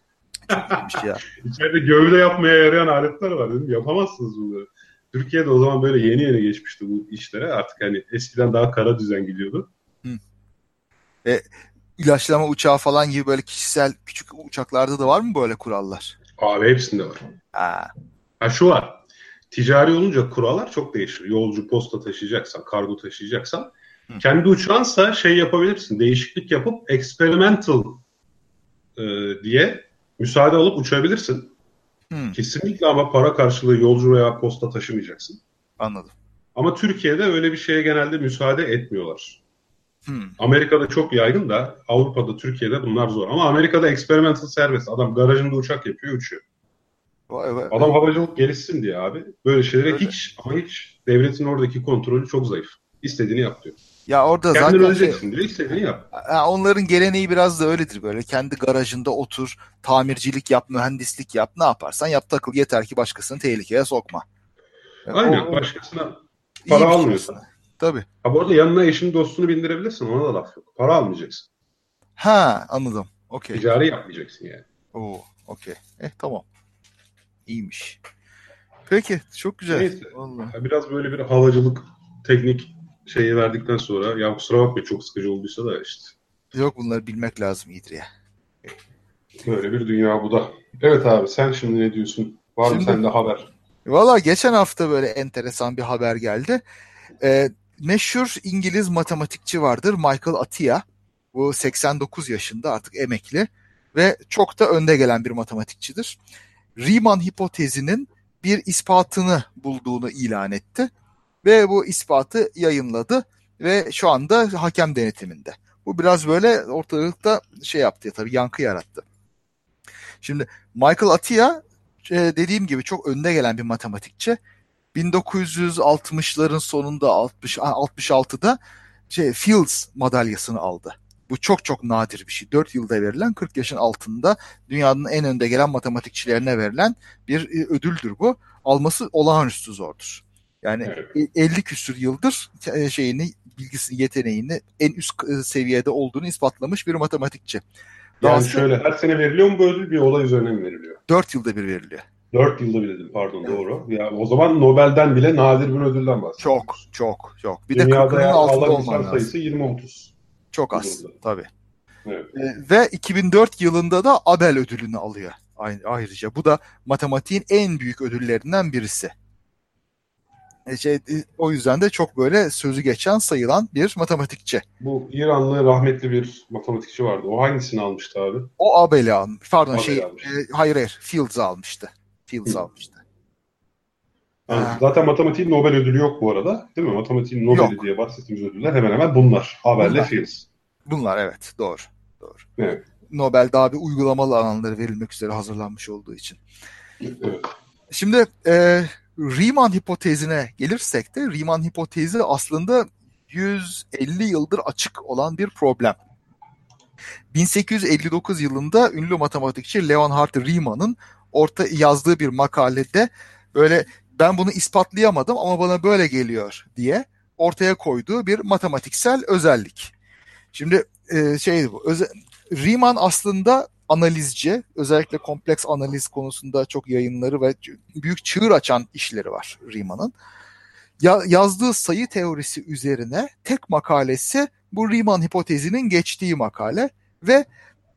ya. İçeride gövde yapmaya yarayan aletler var dedim. Yapamazsınız bunları. Türkiye'de o zaman böyle yeni yeni geçmişti bu işlere. Artık hani eskiden daha kara düzen gidiyordu. Hı. E, ilaçlama uçağı falan gibi böyle kişisel küçük uçaklarda da var mı böyle kurallar? Abi hepsinde var. Ha. Ha şu var. Ticari olunca kurallar çok değişir. Yolcu posta taşıyacaksan, kargo taşıyacaksan Hı. kendi uçağınsa şey yapabilirsin. Değişiklik yapıp experimental e, diye müsaade alıp uçabilirsin. Hmm. Kesinlikle ama para karşılığı yolcu veya posta taşımayacaksın. Anladım. Ama Türkiye'de öyle bir şeye genelde müsaade etmiyorlar. Hmm. Amerika'da çok yaygın da Avrupa'da, Türkiye'de bunlar zor. Ama Amerika'da experimental serbest. Adam garajında uçak yapıyor, uçuyor. Vay vay. Adam havacılık gelişsin diye abi. Böyle şeylere öyle. hiç ama hiç devletin oradaki kontrolü çok zayıf. İstediğini yap diyor. Ya orada Kendini zaten öleceksin şey, diyor, istediğini yap. Onların geleneği biraz da öyledir böyle. Kendi garajında otur, tamircilik yap, mühendislik yap, ne yaparsan yap, takıl, yeter ki başkasını tehlikeye sokma. Aynen, o, başkasına para almıyorsun. Tabii. Ha bu arada yanına eşini dostunu bindirebilirsin, ona da laf yok. Para almayacaksın. Ha, anladım. Okey. Ticari yapmayacaksın yani. Oo, okey. Eh tamam. İyiymiş. Peki, çok güzel. Neyse. Vallahi. Biraz böyle bir havacılık teknik şeyi verdikten sonra, ya kusura bakma çok sıkıcı olduysa da işte. Yok, bunları bilmek lazım İdriye. Böyle bir dünya bu da. Evet abi, sen şimdi ne diyorsun? Var mı Şimdi sende haber? valla geçen hafta böyle enteresan bir haber geldi. Ee, meşhur İngiliz matematikçi vardır Michael Atiyah. Bu seksen dokuz yaşında, artık emekli ve çok da önde gelen bir matematikçidir. Riemann hipotezinin bir ispatını bulduğunu ilan etti ve bu ispatı yayınladı ve şu anda hakem denetiminde. Bu biraz böyle ortalıkta şey yaptı, tabii yankı yarattı. Şimdi Michael Atiyah, e, dediğim gibi çok önde gelen bir matematikçi. bin dokuz yüz altmışların sonunda altmış, altmış altıda şey, Fields madalyasını aldı. Bu çok çok nadir bir şey. dört yılda verilen, kırk yaşın altında dünyanın en önde gelen matematikçilerine verilen bir e, ödüldür bu. Alması olağanüstü zordur. Yani Evet. elli küsür yıldır e, şeyini, bilgisini, yeteneğini en üst e, seviyede olduğunu ispatlamış bir matematikçi. Yani Dahası şöyle her sene veriliyor mu bu ödül, bir olay üzerine mi veriliyor? dört yılda bir veriliyor. Dört yılda bir dedim, pardon, Evet. doğru. Ya o zaman Nobel'den bile nadir bir ödülden Çok bahsediyoruz. çok çok. Bir de Dünyada kırkının yani altında alan insan olman lazım. sayısı yirmi otuz Çok bu az durumda. tabii. Evet. E, ve iki bin dört yılında da Abel ödülünü alıyor ayrıca. Bu da matematiğin en büyük ödüllerinden birisi. E, şey, e, o yüzden de çok böyle sözü geçen, sayılan bir matematikçi. Bu İranlı rahmetli bir matematikçi vardı. O hangisini almıştı abi? O Abel'i almış. Pardon şey, Abel e, almış. hayır hayır Fields'ı almıştı. Fields Hı. almıştı. Yani Ha, zaten matematiğin Nobel ödülü yok bu arada. Değil mi? Matematiğin Nobel'i yok. diye bahsettiğimiz ödüller hemen hemen bunlar. Abel'le Bunlar. Fields. Bunlar evet, doğru. Doğru. Evet. Nobel daha bir uygulamalı alanları verilmek üzere hazırlanmış olduğu için. Evet. Şimdi e, Riemann hipotezine gelirsek de, Riemann hipotezi aslında yüz elli yıldır açık olan bir problem. bin sekiz yüz elli dokuz yılında ünlü matematikçi Leonhard Riemann'ın orta yazdığı bir makalede böyle, ben bunu ispatlayamadım ama bana böyle geliyor diye ortaya koyduğu bir matematiksel özellik. Şimdi e, şey bu. Öze, Riemann aslında analizci, özellikle kompleks analiz konusunda çok yayınları ve büyük çığır açan işleri var Riemann'ın. Ya, yazdığı sayı teorisi üzerine tek makalesi bu Riemann hipotezinin geçtiği makale ve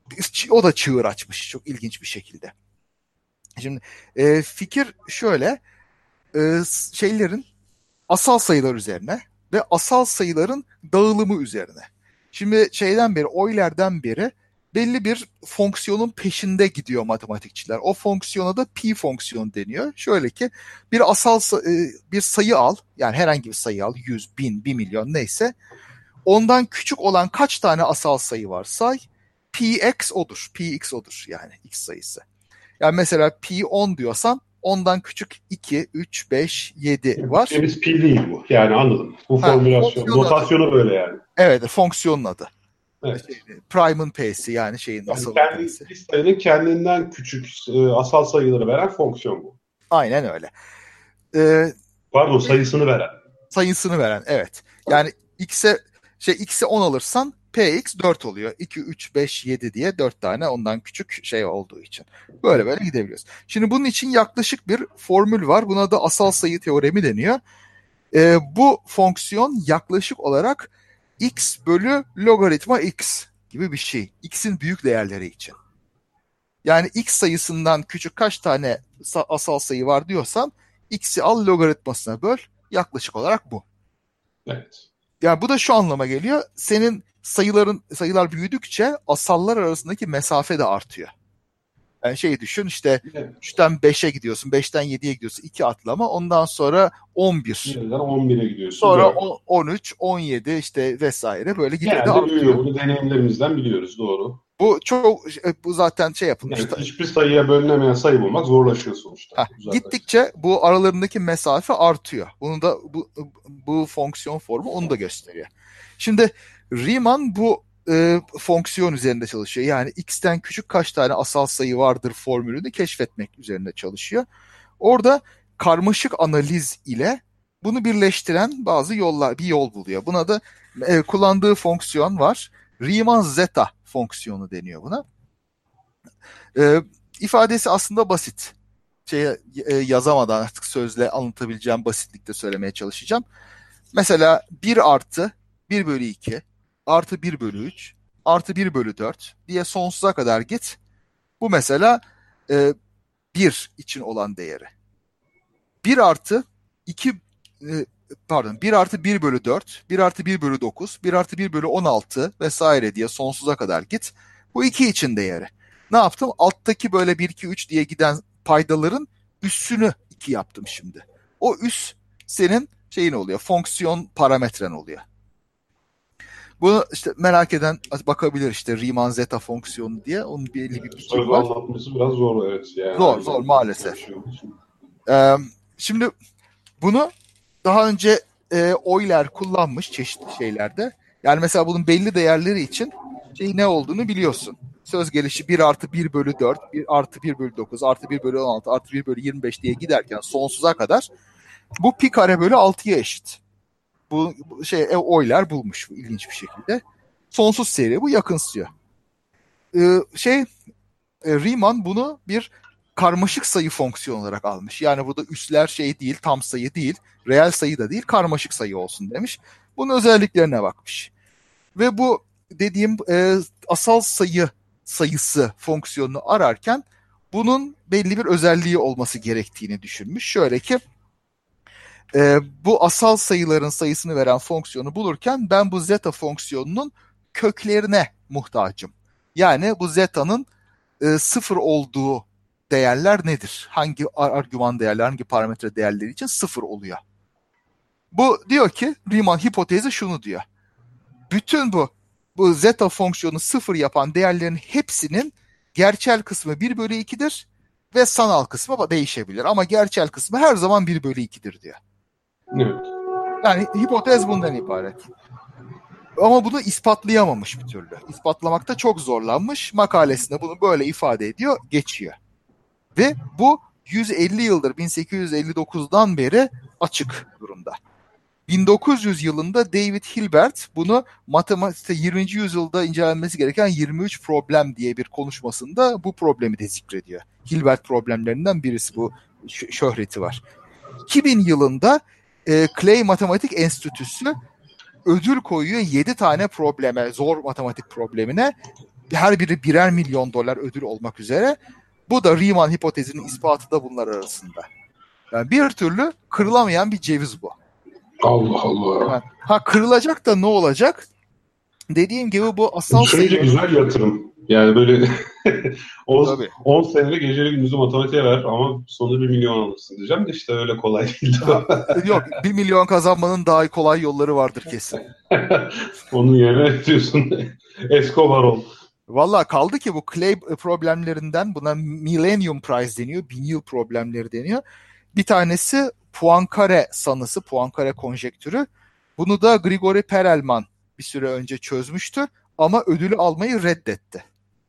o da çığır açmış çok ilginç bir şekilde. Şimdi e, fikir şöyle, e, şeylerin asal sayılar üzerine ve asal sayıların dağılımı üzerine. Şimdi şeyden beri, Euler'den beri belli bir fonksiyonun peşinde gidiyor matematikçiler. O fonksiyona da pi fonksiyonu deniyor. Şöyle ki, bir asal bir sayı al, yani herhangi bir sayı al, yüz, bin, bir milyon neyse. Ondan küçük olan kaç tane asal sayı var say, pi x odur. Pi x odur yani x sayısı. Yani mesela pi on diyorsan ondan küçük iki, üç, beş, yedi var. Temiz pi değil bu. Yani anladım. Bu Ha, formülasyon, fonksiyon adı. notasyonu böyle yani. Evet, fonksiyonun adı. Evet. Prime'ın p'si, yani şeyin Yani asal kendi p'si. sayının kendinden küçük e, asal sayıları veren fonksiyon bu. Aynen öyle. Ee, Pardon, sayısını veren. sayısını veren, evet. Yani x'e şey x'e on alırsan px dört oluyor. iki, üç, beş, yedi diye dört tane ondan küçük şey olduğu için. Böyle böyle gidebiliyoruz. Şimdi bunun için yaklaşık bir formül var. Buna da asal sayı teoremi deniyor. Ee, bu fonksiyon yaklaşık olarak x bölü logaritma x gibi bir şey. X'in büyük değerleri için. Yani x sayısından küçük kaç tane asal sayı var diyorsan, x'i al logaritmasına böl. Yaklaşık olarak bu. Evet. Yani bu da şu anlama geliyor. Senin sayıların sayılar büyüdükçe asallar arasındaki mesafe de artıyor. Yani şey düşün işte, Evet. üçten beşe gidiyorsun, beşten yediye gidiyorsun, iki atlama, ondan sonra on bir. Birden on bire gidiyorsun. Sonra dört. on üç, on yedi işte vesaire, böyle gidiyor da Genelde büyüyor. artıyor. Bunu deneyimlerimizden biliyoruz, doğru. Bu çok bu zaten şey yapılmış. Yani hiçbir sayıya bölünemeyen sayı bulmak zorlaşıyor sonuçta. Heh, gittikçe bu aralarındaki mesafe artıyor. Bunu da bu, bu fonksiyon formu onu da gösteriyor. Şimdi Riemann bu e, fonksiyon üzerinde çalışıyor. Yani x'ten küçük kaç tane asal sayı vardır formülünü keşfetmek üzerinde çalışıyor. Orada karmaşık analiz ile bunu birleştiren bazı yollar, bir yol buluyor. Buna da e, kullandığı fonksiyon var. Riemann zeta fonksiyonu deniyor buna. E, ifadesi aslında basit. Şeye, e, yazamadan artık sözle anlatabileceğim basitlikte söylemeye çalışacağım. Mesela bir artı bir bölü iki artı bir bölü üç artı bir bölü dört diye sonsuza kadar git. Bu mesela e, bir için olan değeri. bir artı iki e, pardon bir artı bir bölü dört, bir artı bir bölü dokuz, bir artı bir bölü on altı vesaire diye sonsuza kadar git. Bu iki için değeri. Ne yaptım? Alttaki böyle bir, iki, üç diye giden paydaların üssünü iki yaptım şimdi. O üs senin şeyin oluyor. Fonksiyon parametren oluyor. Bunu işte merak eden bakabilir işte Riemann zeta fonksiyonu diye. Onun belli bir biçim var. Anlatması biraz zor, evet. Yani zor zor maalesef. Şey ee, şimdi bunu daha önce e, Euler kullanmış çeşitli şeylerde. Yani mesela bunun belli değerleri için şey ne olduğunu biliyorsun. Söz gelişi bir artı bir bölü dört, bir artı bir bölü dokuz, artı bir bölü on altı, artı bir bölü yirmi beş diye giderken sonsuza kadar bu pi kare bölü altıya eşit. Bu şey Euler bulmuş ilginç bir şekilde. Sonsuz seri bu, yakınsıyor. Ee, şey e, Riemann bunu bir karmaşık sayı fonksiyonu olarak almış. Yani burada üsler şey değil, tam sayı değil, reel sayı da değil, karmaşık sayı olsun demiş. Bunun özelliklerine bakmış. Ve bu dediğim e, asal sayı sayısı fonksiyonunu ararken bunun belli bir özelliği olması gerektiğini düşünmüş. Şöyle ki e, bu asal sayıların sayısını veren fonksiyonu bulurken ben bu zeta fonksiyonunun köklerine muhtacım. Yani bu zeta'nın e, sıfır olduğu değerler nedir? Hangi argüman değerler, hangi parametre değerleri için sıfır oluyor? Bu diyor ki Riemann hipotezi şunu diyor. Bütün bu bu zeta fonksiyonu sıfır yapan değerlerin hepsinin gerçel kısmı bir bölü ikidir ve sanal kısmı değişebilir. Ama gerçel kısmı her zaman bir bölü ikidir diyor. Evet. Yani hipotez bundan ibaret. Ama bunu ispatlayamamış bir türlü. İspatlamakta çok zorlanmış. Makalesinde bunu böyle ifade ediyor, geçiyor. Ve bu yüz elli yıldır, bin sekiz yüz elli dokuzdan beri açık durumda. bin dokuz yüz yılında David Hilbert bunu matematikte yirminci yüzyılda incelenmesi gereken yirmi üç problem diye bir konuşmasında bu problemi de zikrediyor. Hilbert problemlerinden birisi, bu şöhreti var. iki bin yılında e, Clay Matematik Enstitüsü ödül koyuyor yedi tane probleme, zor matematik problemine. Her biri birer milyon dolar ödül olmak üzere. Bu da Riemann hipotezinin ispatı da bunlar arasında. Yani bir türlü kırılamayan bir ceviz bu. Allah Allah. Yani, ha kırılacak da ne olacak? Dediğim gibi bu asal sayı... güzel yatırım. Yani böyle on senede geceli gündüzü matematiğe ver ama sonunda bir milyon alırsın diyeceğim de işte öyle kolay değil. Yok, bir milyon kazanmanın daha kolay yolları vardır kesin. Onun yerine diyorsun Escobar ol. Valla kaldı ki bu Clay problemlerinden buna Millennium Prize deniyor. Bin yıl problemleri deniyor. Bir tanesi Poincare sanısı, Poincare konjektürü. Bunu da Grigori Perelman bir süre önce çözmüştü ama ödülü almayı reddetti.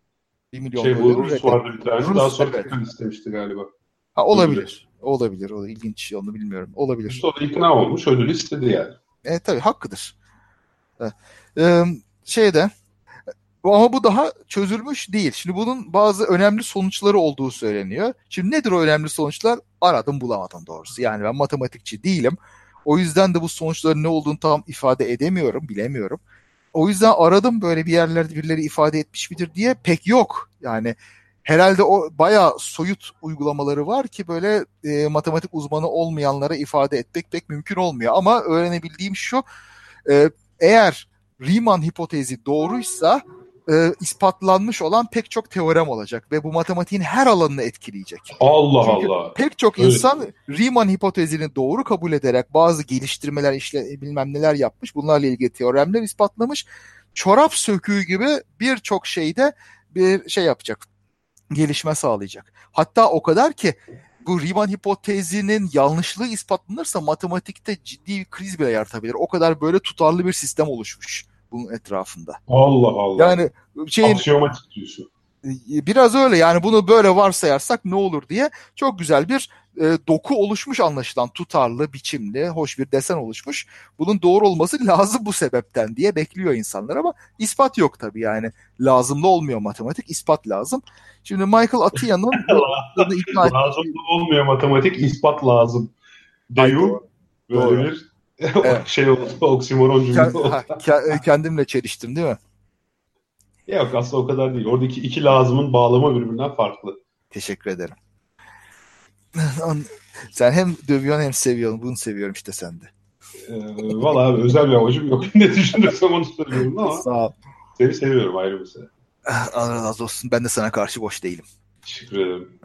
Bir milyon şey, doları Rus reddetti. vardı bir tane. Rus, daha sonra evet. tekrar istemişti galiba. Ha, olabilir. Ödülü. Olabilir. O da ilginç. Onu bilmiyorum. Olabilir. Sonra ikna olmuş. Ödülü istedi yani. E tabii hakkıdır. Evet. Ee, şeyde ama bu daha çözülmüş değil. Şimdi bunun bazı önemli sonuçları olduğu söyleniyor. Şimdi nedir o önemli sonuçlar? Aradım bulamadım doğrusu. Yani ben matematikçi değilim. O yüzden de bu sonuçların ne olduğunu tam ifade edemiyorum, bilemiyorum. O yüzden aradım böyle bir yerlerde birileri ifade etmiş midir diye, pek yok. Yani herhalde o bayağı soyut uygulamaları var ki böyle e, matematik uzmanı olmayanlara ifade etmek pek mümkün olmuyor. Ama öğrenebildiğim şu, e, eğer Riemann hipotezi doğruysa e, ispatlanmış olan pek çok teorem olacak ve bu matematiğin her alanını etkileyecek. Allah Çünkü Allah. pek çok insan öyle. Riemann hipotezini doğru kabul ederek bazı geliştirmeler, işle bilmem neler yapmış. Bunlarla ilgili teoremler ispatlamış. Çorap söküğü gibi birçok şeyde bir şey yapacak. Gelişme sağlayacak. Hatta o kadar ki bu Riemann hipotezinin yanlışlığı ispatlanırsa matematikte ciddi bir kriz bile yaratabilir. O kadar böyle tutarlı bir sistem oluşmuş bunun etrafında. Allah Allah. Yani şeyin, aksiyomatik diyorsun. Biraz öyle yani, bunu böyle varsayarsak ne olur diye çok güzel bir e, doku oluşmuş anlaşılan, tutarlı, biçimli, hoş bir desen oluşmuş. Bunun doğru olması lazım bu sebepten diye bekliyor insanlar ama ispat yok tabii yani. Lazımlı olmuyor matematik, ispat lazım. Şimdi Michael Atiyah'ın lazımlı olmuyor matematik, ispat lazım. Deyu böyle doğru. Bir evet. şey oldu, oksimoron cümle oldu. Kendimle çeliştim değil mi? Yok aslında o kadar değil. Oradaki iki lazımın bağlama birbirinden farklı. Teşekkür ederim. Sen hem dövüyorsun hem seviyorsun. Bunu seviyorum işte sende. Ee, Valla abi özel bir amacım yok. Ne düşünürsem onu söylüyorum ama Sağ ol. seni seviyorum ayrı mesele. Allah razı olsun. Ben de sana karşı boş değilim. Teşekkür ederim.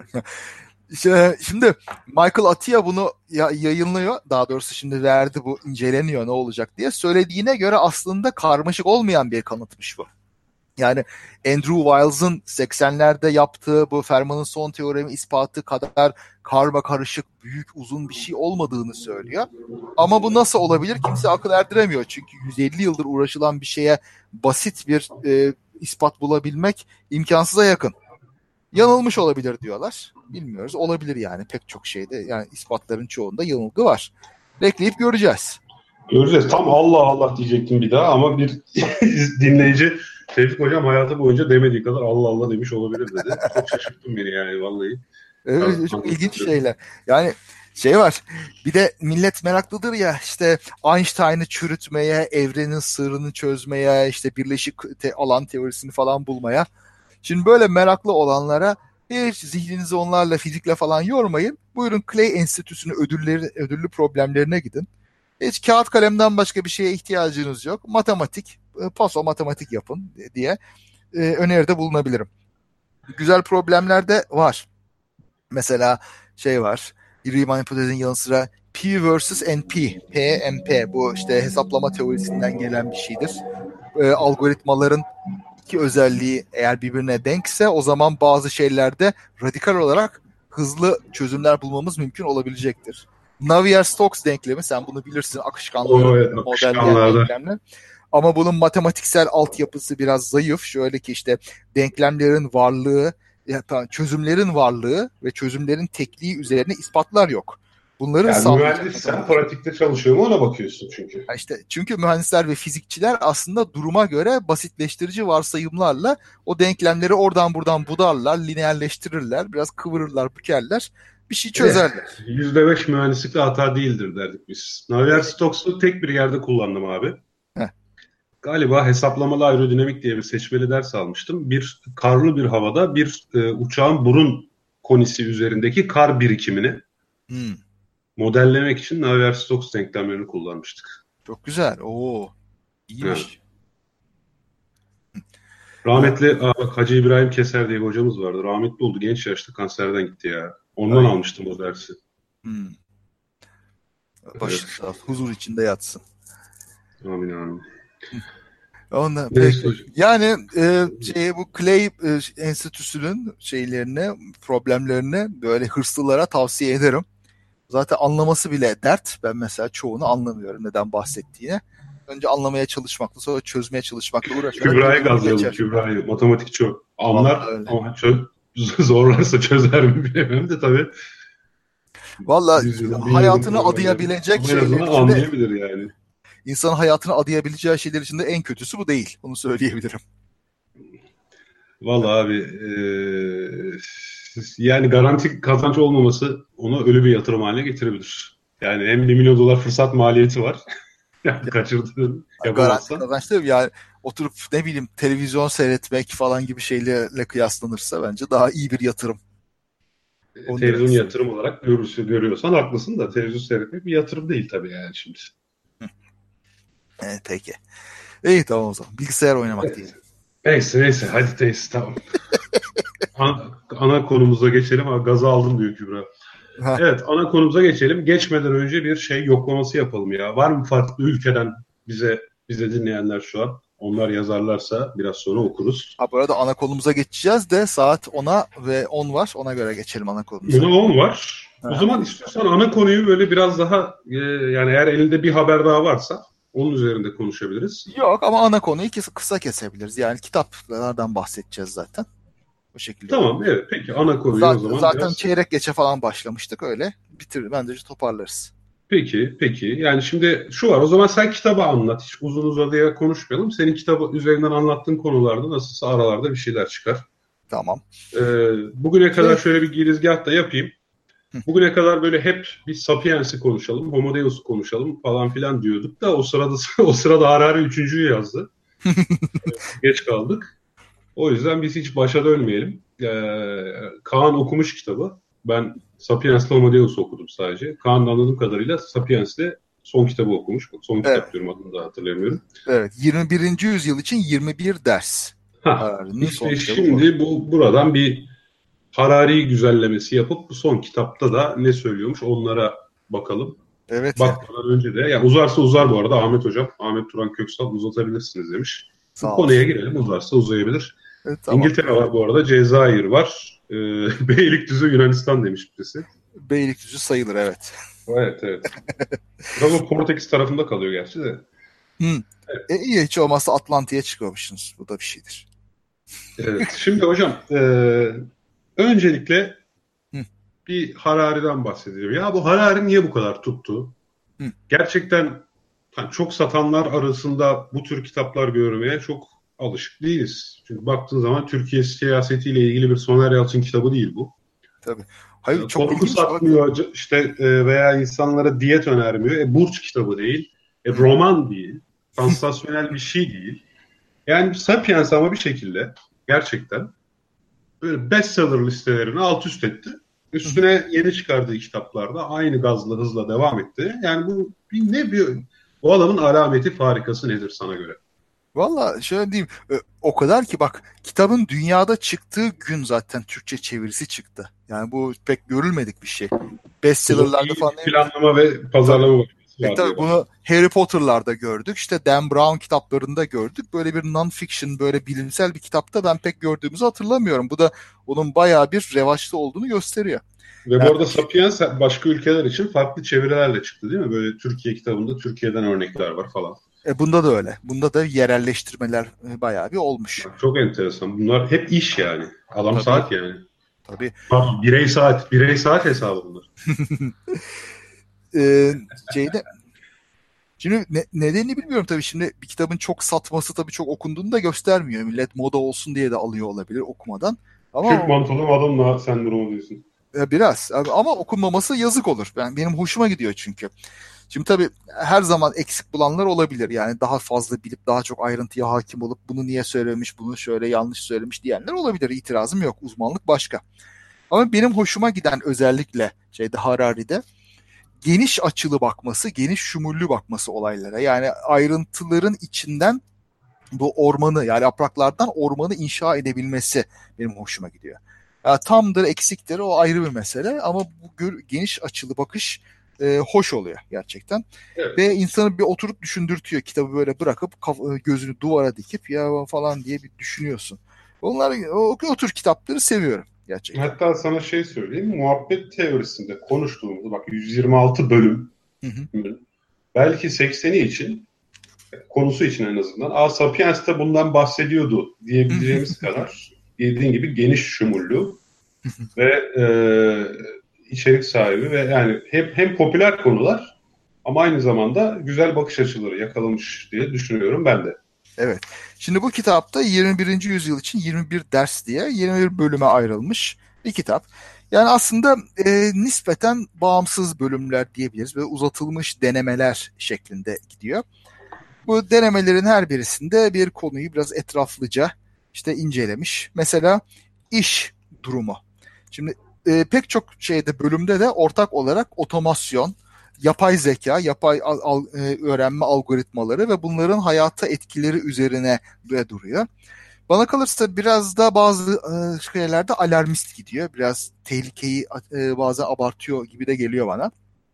İşte, şimdi Michael Atiyah bunu ya, yayınlıyor. Daha doğrusu şimdi verdi, bu inceleniyor ne olacak diye. Söylediğine göre aslında karmaşık olmayan bir kanıtmış bu. Yani Andrew Wiles'ın seksenlerde yaptığı bu Fermat'ın son teoremi ispatı kadar karma karışık, büyük, uzun bir şey olmadığını söylüyor. Ama bu nasıl olabilir? Kimse akıl erdiremiyor. Çünkü yüz elli yıldır uğraşılan bir şeye basit bir e, ispat bulabilmek imkansıza yakın. Yanılmış olabilir diyorlar. Bilmiyoruz. Olabilir yani pek çok şeyde. Yani ispatların çoğunda yanılgı var. Bekleyip göreceğiz. Göreceğiz. Tam Allah Allah diyecektim bir daha ama bir dinleyici Tevfik Hocam hayatı boyunca demediği kadar Allah Allah demiş olabilir dedi. Çok şaşırttın beni yani vallahi. Evet, çok, çok ilginç şeyler. Yani şey var. Bir de millet meraklıdır ya, işte Einstein'ı çürütmeye, evrenin sırrını çözmeye, işte birleşik te- alan teorisini falan bulmaya. Şimdi böyle meraklı olanlara hiç zihninizi onlarla, fizikle falan yormayın. Buyurun Clay Enstitüsü'nün ödülleri, ödüllü problemlerine gidin. Hiç kağıt kalemden başka bir şeye ihtiyacınız yok. Matematik, paso matematik yapın diye e, öneride bulunabilirim. Güzel problemler de var. Mesela şey var. Riemann hipotezinin yanı sıra P versus N P, P M P, bu işte hesaplama teorisinden gelen bir şeydir. E, algoritmaların iki özelliği eğer birbirine denkse o zaman bazı şeylerde radikal olarak hızlı çözümler bulmamız mümkün olabilecektir. Navier-Stokes denklemi, sen bunu bilirsin, akışkanları O, evet, modelleyen akışkanlarda. denklemler. Ama bunun matematiksel altyapısı biraz zayıf. Şöyle ki işte denklemlerin varlığı, çözümlerin varlığı ve çözümlerin tekliği üzerine ispatlar yok. Bunları Yani sağlayacak mühendis sen matematik. pratikte çalışıyor mu ona bakıyorsun çünkü. İşte çünkü mühendisler ve fizikçiler aslında duruma göre basitleştirici varsayımlarla o denklemleri oradan buradan budarlar, lineerleştirirler, biraz kıvırırlar, bükerler, bir şey çözerler. yüzde beş mühendislikte hata değildir derdik biz. Navier-Stokes'u tek bir yerde kullandım abi. Heh. Galiba hesaplamalı aerodinamik diye bir seçmeli ders almıştım. Bir karlı bir havada bir e, uçağın burun konisi üzerindeki kar birikimini Hmm, modellemek için Navier-Stokes denklemlerini kullanmıştık. çok güzel. Oo, Evet. iyiymiş. Ha, Rahmetli aa, bak, Hacı İbrahim Keser diye bir hocamız vardı. Rahmetli oldu. Genç yaşta kanserden gitti ya. Ondan ay, almıştım o dersi. hmm. Başı Evet. sağ olsun, huzur içinde yatsın. Amin amin. Ondan Neyse peki. hocam. Yani e, şey, bu Clay e, Enstitüsü'nün şeylerini, problemlerini böyle hırslılara tavsiye ederim. Zaten anlaması bile dert. Ben mesela çoğunu anlamıyorum neden bahsettiğini. Önce anlamaya çalışmakla, sonra çözmeye çalışmakla uğraşarak Kübra'yı yıllar gazlayalım. geçer. Kübra'yı. Matematik çok Vallahi anlar öyle. ama çöz, zorlarsa çözer mi bilemem de tabii. Vallahi Yüzyılın, bin yılın hayatını problemleri. adayabilecek Ama en şeyler azından içinde, anlayabilir yani. insanın hayatını adayabileceği şeyler içinde en kötüsü bu değil. Onu söyleyebilirim. Vallahi abi eee, yani garanti kazanç olmaması onu ölü bir yatırım haline getirebilir. Yani hem bir milyon dolar fırsat maliyeti var. Yani kaçırdığın Garanti yapamazsan. kazanç değil mi? Yani oturup ne bileyim televizyon seyretmek falan gibi şeylerle kıyaslanırsa bence daha iyi bir yatırım. E, Onu demek televizyon istedim. yatırım olarak görürsün, görüyorsan haklısın da televizyon seyretmek bir yatırım değil tabii yani şimdi. Evet, peki. İyi, tamam o zaman. Bilgisayar oynamak Evet. diyelim. Neyse neyse hadi neyse tamam. Ana, ana konumuza geçelim. Ha, gazı aldım diyor Kübra. Ha, Evet, ana konumuza geçelim. Geçmeden önce bir şey yoklaması yapalım ya. Var mı farklı ülkeden bize bize dinleyenler şu an? Onlar yazarlarsa biraz sonra okuruz. ha, bu arada ana konumuza geçeceğiz de saat ona ve on var. Ona göre geçelim ana konumuza. Buna on var. O Aha. zaman istiyorsan ana konuyu böyle biraz daha e, yani eğer elinde bir haber daha varsa onun üzerinde konuşabiliriz. Yok ama ana konuyu kısa, kısa kesebiliriz. Yani kitaplardan bahsedeceğiz zaten. O şekilde Tamam, olabilir. evet. Peki ana konuyu o Zaten, zaman zaten biraz. çeyrek geçe falan başlamıştık öyle. Bitir, bence toparlarız. Peki, peki. Yani şimdi şu var. O zaman sen kitabı anlat. Hiç uzun uzadıya konuşmayalım. Senin kitabı üzerinden anlattığın konularda nasılsa aralarda bir şeyler çıkar. Tamam. Ee, Bugüne kadar Şey, şöyle bir girizgah da yapayım. hı, Bugüne kadar böyle hep bir Sapiens'i konuşalım, Homo Deus'u konuşalım falan filan diyorduk da o sırada o sırada Harari üçüncüyü yazdı. Geç kaldık. O yüzden biz hiç başa dönmeyelim. Ee, Kaan okumuş kitabı. Ben Sapiens'le Amadeus'u okudum sadece. Kaan'ın anladığım kadarıyla Sapiens'le son kitabı okumuş. Son Evet. kitap diyorum, adını da hatırlayamıyorum. Evet. yirmi birinci yüzyıl için yirmi bir ders. Ha, Harari'nin son işte kitabı bu. şimdi bu buradan bir Harari güzellemesi yapıp bu son kitapta da ne söylüyormuş onlara bakalım. Evet ya. Bakmadan önce de, ya uzarsa uzar bu arada Ahmet Hocam, Ahmet Turan Köksal uzatabilirsiniz demiş. Bu Sağ konuya olsun. girelim, uzarsa uzayabilir. Evet, tamam. İngiltere var bu arada, Cezayir var, e, Beylikdüzü Yunanistan demiş birisi. Beylikdüzü sayılır, evet. Evet evet. Biraz o Portekiz tarafında kalıyor gerçi de. Hı. Evet. E, iyi, hiç olmazsa Atlantik'e çıkmamışsınız. Bu da bir şeydir. Evet. Şimdi hocam e, öncelikle Hı. bir Harari'den bahsedelim. Ya bu Harari niye bu kadar tuttu? Hı. Gerçekten yani çok satanlar arasında bu tür kitaplar görmeye çok alışık değiliz. Çünkü baktığın zaman Türkiye siyasetiyle ilgili bir Soner Yalçın kitabı değil bu. Tabii. Hayır, çok Korku ilginç bak. satmıyor işte, e, veya insanlara diyet önermiyor. E, Burç kitabı değil. E, Hı. roman değil. Sansasyonel bir şey değil. Yani Sapiens ama bir şekilde gerçekten böyle bestseller listelerini alt üst etti. Hı hı. Üstüne yeni çıkardığı kitaplarda aynı gazla hızla devam etti. Yani bu bir ne bir o adamın alameti farikası nedir sana göre? Valla şöyle diyeyim. e, O kadar ki bak, kitabın dünyada çıktığı gün zaten Türkçe çevirisi çıktı. Yani bu pek görülmedik bir şey. O zaman Bestseller'larda iyi falan. bir planlama ve Tabii. pazarlama başarısı E var tabii, diyorlar. bunu Harry Potter'larda gördük. İşte Dan Brown kitaplarında gördük. Böyle bir non-fiction, böyle bilimsel bir kitapta ben pek gördüğümüzü hatırlamıyorum. Bu da onun bayağı bir revaçta olduğunu gösteriyor. Ve bu Yani, arada Sapiens başka ülkeler için farklı çevirilerle çıktı değil mi? Böyle Türkiye kitabında Türkiye'den örnekler var falan. e, bunda da öyle. Bunda da yerelleştirmeler e, bayağı bir olmuş. Bak, çok enteresan. Bunlar hep iş yani. Alam Tabii, saat yani. tabii. Pardon, birey saat. Birey saat hesabı bunlar. e, şeyde Şimdi ne, nedenini bilmiyorum tabii. Şimdi bir kitabın çok satması tabii çok okunduğunu da göstermiyor. Millet moda olsun diye de alıyor olabilir okumadan. Ama Kürk mantolu Madonna sendromu diyorsun. e, biraz ama okunmaması yazık olur. Ben benim hoşuma gidiyor çünkü. Şimdi tabii her zaman eksik bulanlar olabilir. Yani daha fazla bilip daha çok ayrıntıya hakim olup bunu niye söylemiş, bunu şöyle yanlış söylemiş diyenler olabilir. İtirazım yok. Uzmanlık başka. Ama benim hoşuma giden özellikle şeyde Harari'de geniş açılı bakması, geniş şumullü bakması olaylara. Yani ayrıntıların içinden bu ormanı, yani yapraklardan ormanı inşa edebilmesi benim hoşuma gidiyor. Ya, tamdır, eksiktir, o ayrı bir mesele ama bu gör, geniş açılı bakış e, hoş oluyor gerçekten. Evet. Ve insanı bir oturup düşündürtüyor. Kitabı böyle bırakıp kaf- gözünü duvara dikip ya falan diye bir düşünüyorsun. Onlar, o, o tür kitapları seviyorum gerçekten. Hatta sana şey söyleyeyim. Muhabbet teorisinde konuştuğumuz bak yüz yirmi altı bölüm, Hı hı. belki sekseni için, konusu için en azından, A Sapiens de bundan bahsediyordu diyebileceğimiz kadar, dediğin gibi geniş şumullü ve e, içerik sahibi ve yani hep hem popüler konular ama aynı zamanda güzel bakış açıları yakalamış diye düşünüyorum ben de. Evet. Şimdi bu kitapta yirmi birinci yüzyıl için yirmi bir ders diye yirmi bir bölüme ayrılmış bir kitap. Yani aslında e, nispeten bağımsız bölümler diyebiliriz ve uzatılmış denemeler şeklinde gidiyor. Bu denemelerin her birisinde bir konuyu biraz etraflıca işte incelemiş. Mesela iş durumu. Şimdi e, pek çok şeyde, bölümde de ortak olarak otomasyon, yapay zeka, yapay al, al, e, öğrenme algoritmaları ve bunların hayata etkileri üzerine duruyor. Bana kalırsa biraz da bazı e, şeylerde alarmist gidiyor. Biraz tehlikeyi e, bazen abartıyor gibi de geliyor bana.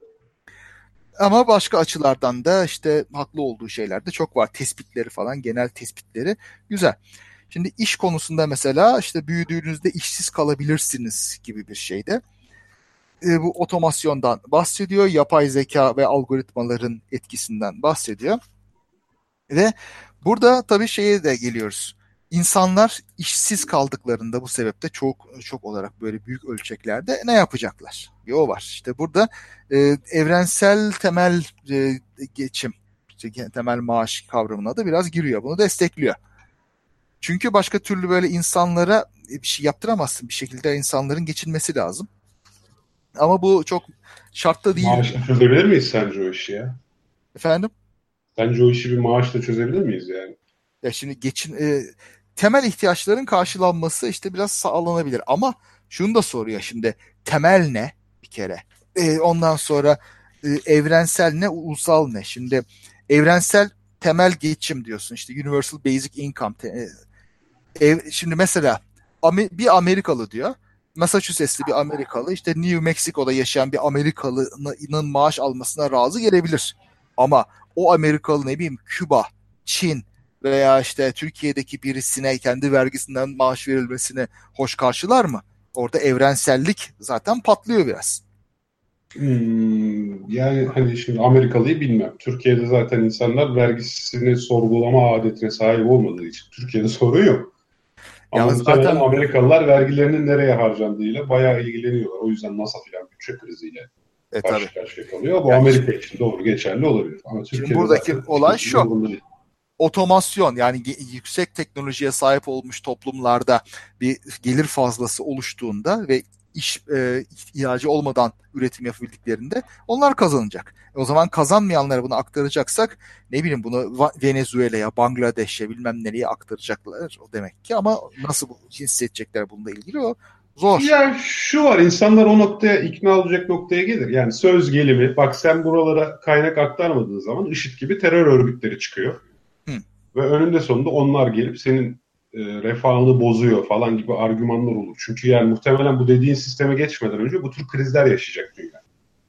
Ama başka açılardan da işte haklı olduğu şeyler de çok var. Tespitleri falan, genel tespitleri güzel. Şimdi iş konusunda mesela işte büyüdüğünüzde işsiz kalabilirsiniz gibi bir şeyde. E, bu otomasyondan bahsediyor. Yapay zeka ve algoritmaların etkisinden bahsediyor. Ve burada tabii şeye de geliyoruz. İnsanlar işsiz kaldıklarında bu sebeple çok çok olarak böyle büyük ölçeklerde ne yapacaklar? Bir o var. İşte burada e, evrensel temel e, geçim, işte temel maaş kavramına da biraz giriyor. Bunu destekliyor. Çünkü başka türlü böyle insanlara bir şey yaptıramazsın. Bir şekilde insanların geçinmesi lazım. Ama bu çok şartta değil diyor. Maaşla çözebilir miyiz sence o işi ya? Efendim? Sence o işi bir maaşla çözebilir miyiz yani? Ya şimdi geçin e, temel ihtiyaçların karşılanması işte biraz sağlanabilir ama şunu da soruyor şimdi, temel ne bir kere? E, ondan sonra e, evrensel ne, ulusal ne? Şimdi evrensel temel geçim diyorsun. İşte Universal Basic Income. Te, e, ev, şimdi mesela bir Amerikalı diyor. Massachusetts'li bir Amerikalı işte New Mexico'da yaşayan bir Amerikalı'nın maaş almasına razı gelebilir. Ama o Amerikalı ne bileyim Küba, Çin veya işte Türkiye'deki birisine kendi vergisinden maaş verilmesini hoş karşılar mı? Orada evrensellik zaten patlıyor biraz. Hmm, yani hani şimdi Amerikalıyı bilmem. Türkiye'de zaten insanlar vergisini sorgulama adetine sahip olmadığı için Türkiye'de sorun yok. Ya Ama muhtemelen zaten Amerikalılar vergilerinin nereye harcandığıyla bayağı ilgileniyorlar. O yüzden NASA filan bütçe kriziyle e tabii. karşı karşıya kalıyor. Bu Yani Amerika şimdi, için doğru geçerli olabilir. Ama şimdi Türkiye'de buradaki zaten olay kimsenin şu. umurunda değil. Otomasyon yani yüksek teknolojiye sahip olmuş toplumlarda bir gelir fazlası oluştuğunda ve iş e, ihtiyacı olmadan üretim yapabildiklerinde onlar kazanacak. E o zaman kazanmayanlara bunu aktaracaksak ne bileyim bunu Venezuela'ya, Bangladeş'e bilmem nereye aktaracaklar o demek ki ama nasıl hissedecekler bununla ilgili o zor. Ya şu var, insanlar o noktaya ikna olacak noktaya gelir. Yani söz gelimi, bak sen buralara kaynak aktarmadığın zaman IŞİD gibi terör örgütleri çıkıyor. Hı. Ve önünde sonunda onlar gelip senin e, refahını bozuyor falan gibi argümanlar olur. Çünkü yani muhtemelen bu dediğin sisteme geçmeden önce bu tür krizler yaşayacak dünya.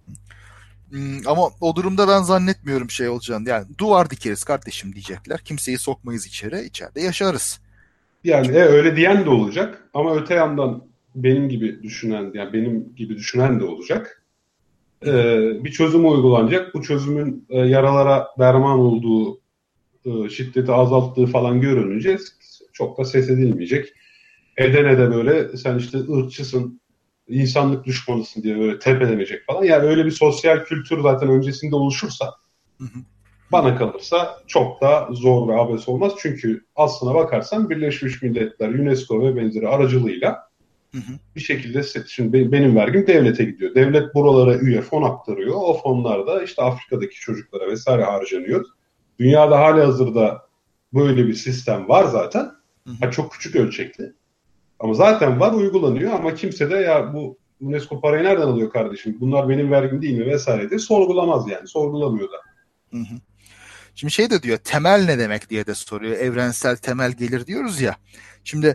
Hmm, ama o durumda ben zannetmiyorum şey olacağını. Yani duvar dikeriz kardeşim diyecekler. Kimseyi sokmayız içeri. İçeride yaşarız. Yani e, Çünkü öyle diyen de olacak ama öte yandan benim gibi düşünen, yani benim gibi düşünen de olacak. E, bir çözüm uygulanacak. Bu çözümün e, yaralara derman olduğu, e, şiddeti azalttığı falan görününce çok da ses edilmeyecek. Edene de böyle sen işte ırkçısın, insanlık düşmanısın diye böyle tepelenecek falan. Yani öyle bir sosyal kültür zaten öncesinde oluşursa hı hı, hı bana kalırsa çok da zor ve abes olmaz. Çünkü aslına bakarsan Birleşmiş Milletler, UNESCO ve benzeri aracılığıyla hı, hı. bir şekilde şimdi benim vergim devlete gidiyor. Devlet buralara üye fon aktarıyor. O fonlar da işte Afrika'daki çocuklara vesaire harcanıyor. Dünyada hali hazırda böyle bir sistem var zaten. Hı hı. Ha, çok küçük ölçekli. Ama zaten var, uygulanıyor ama kimse de ya bu UNESCO parayı nereden alıyor kardeşim? Bunlar benim vergim değil mi vesaire diye sorgulamaz yani. Sorgulamıyor da. Hı hı. Şimdi şey de diyor temel ne demek diye de soruyor. Evrensel temel gelir diyoruz ya. Şimdi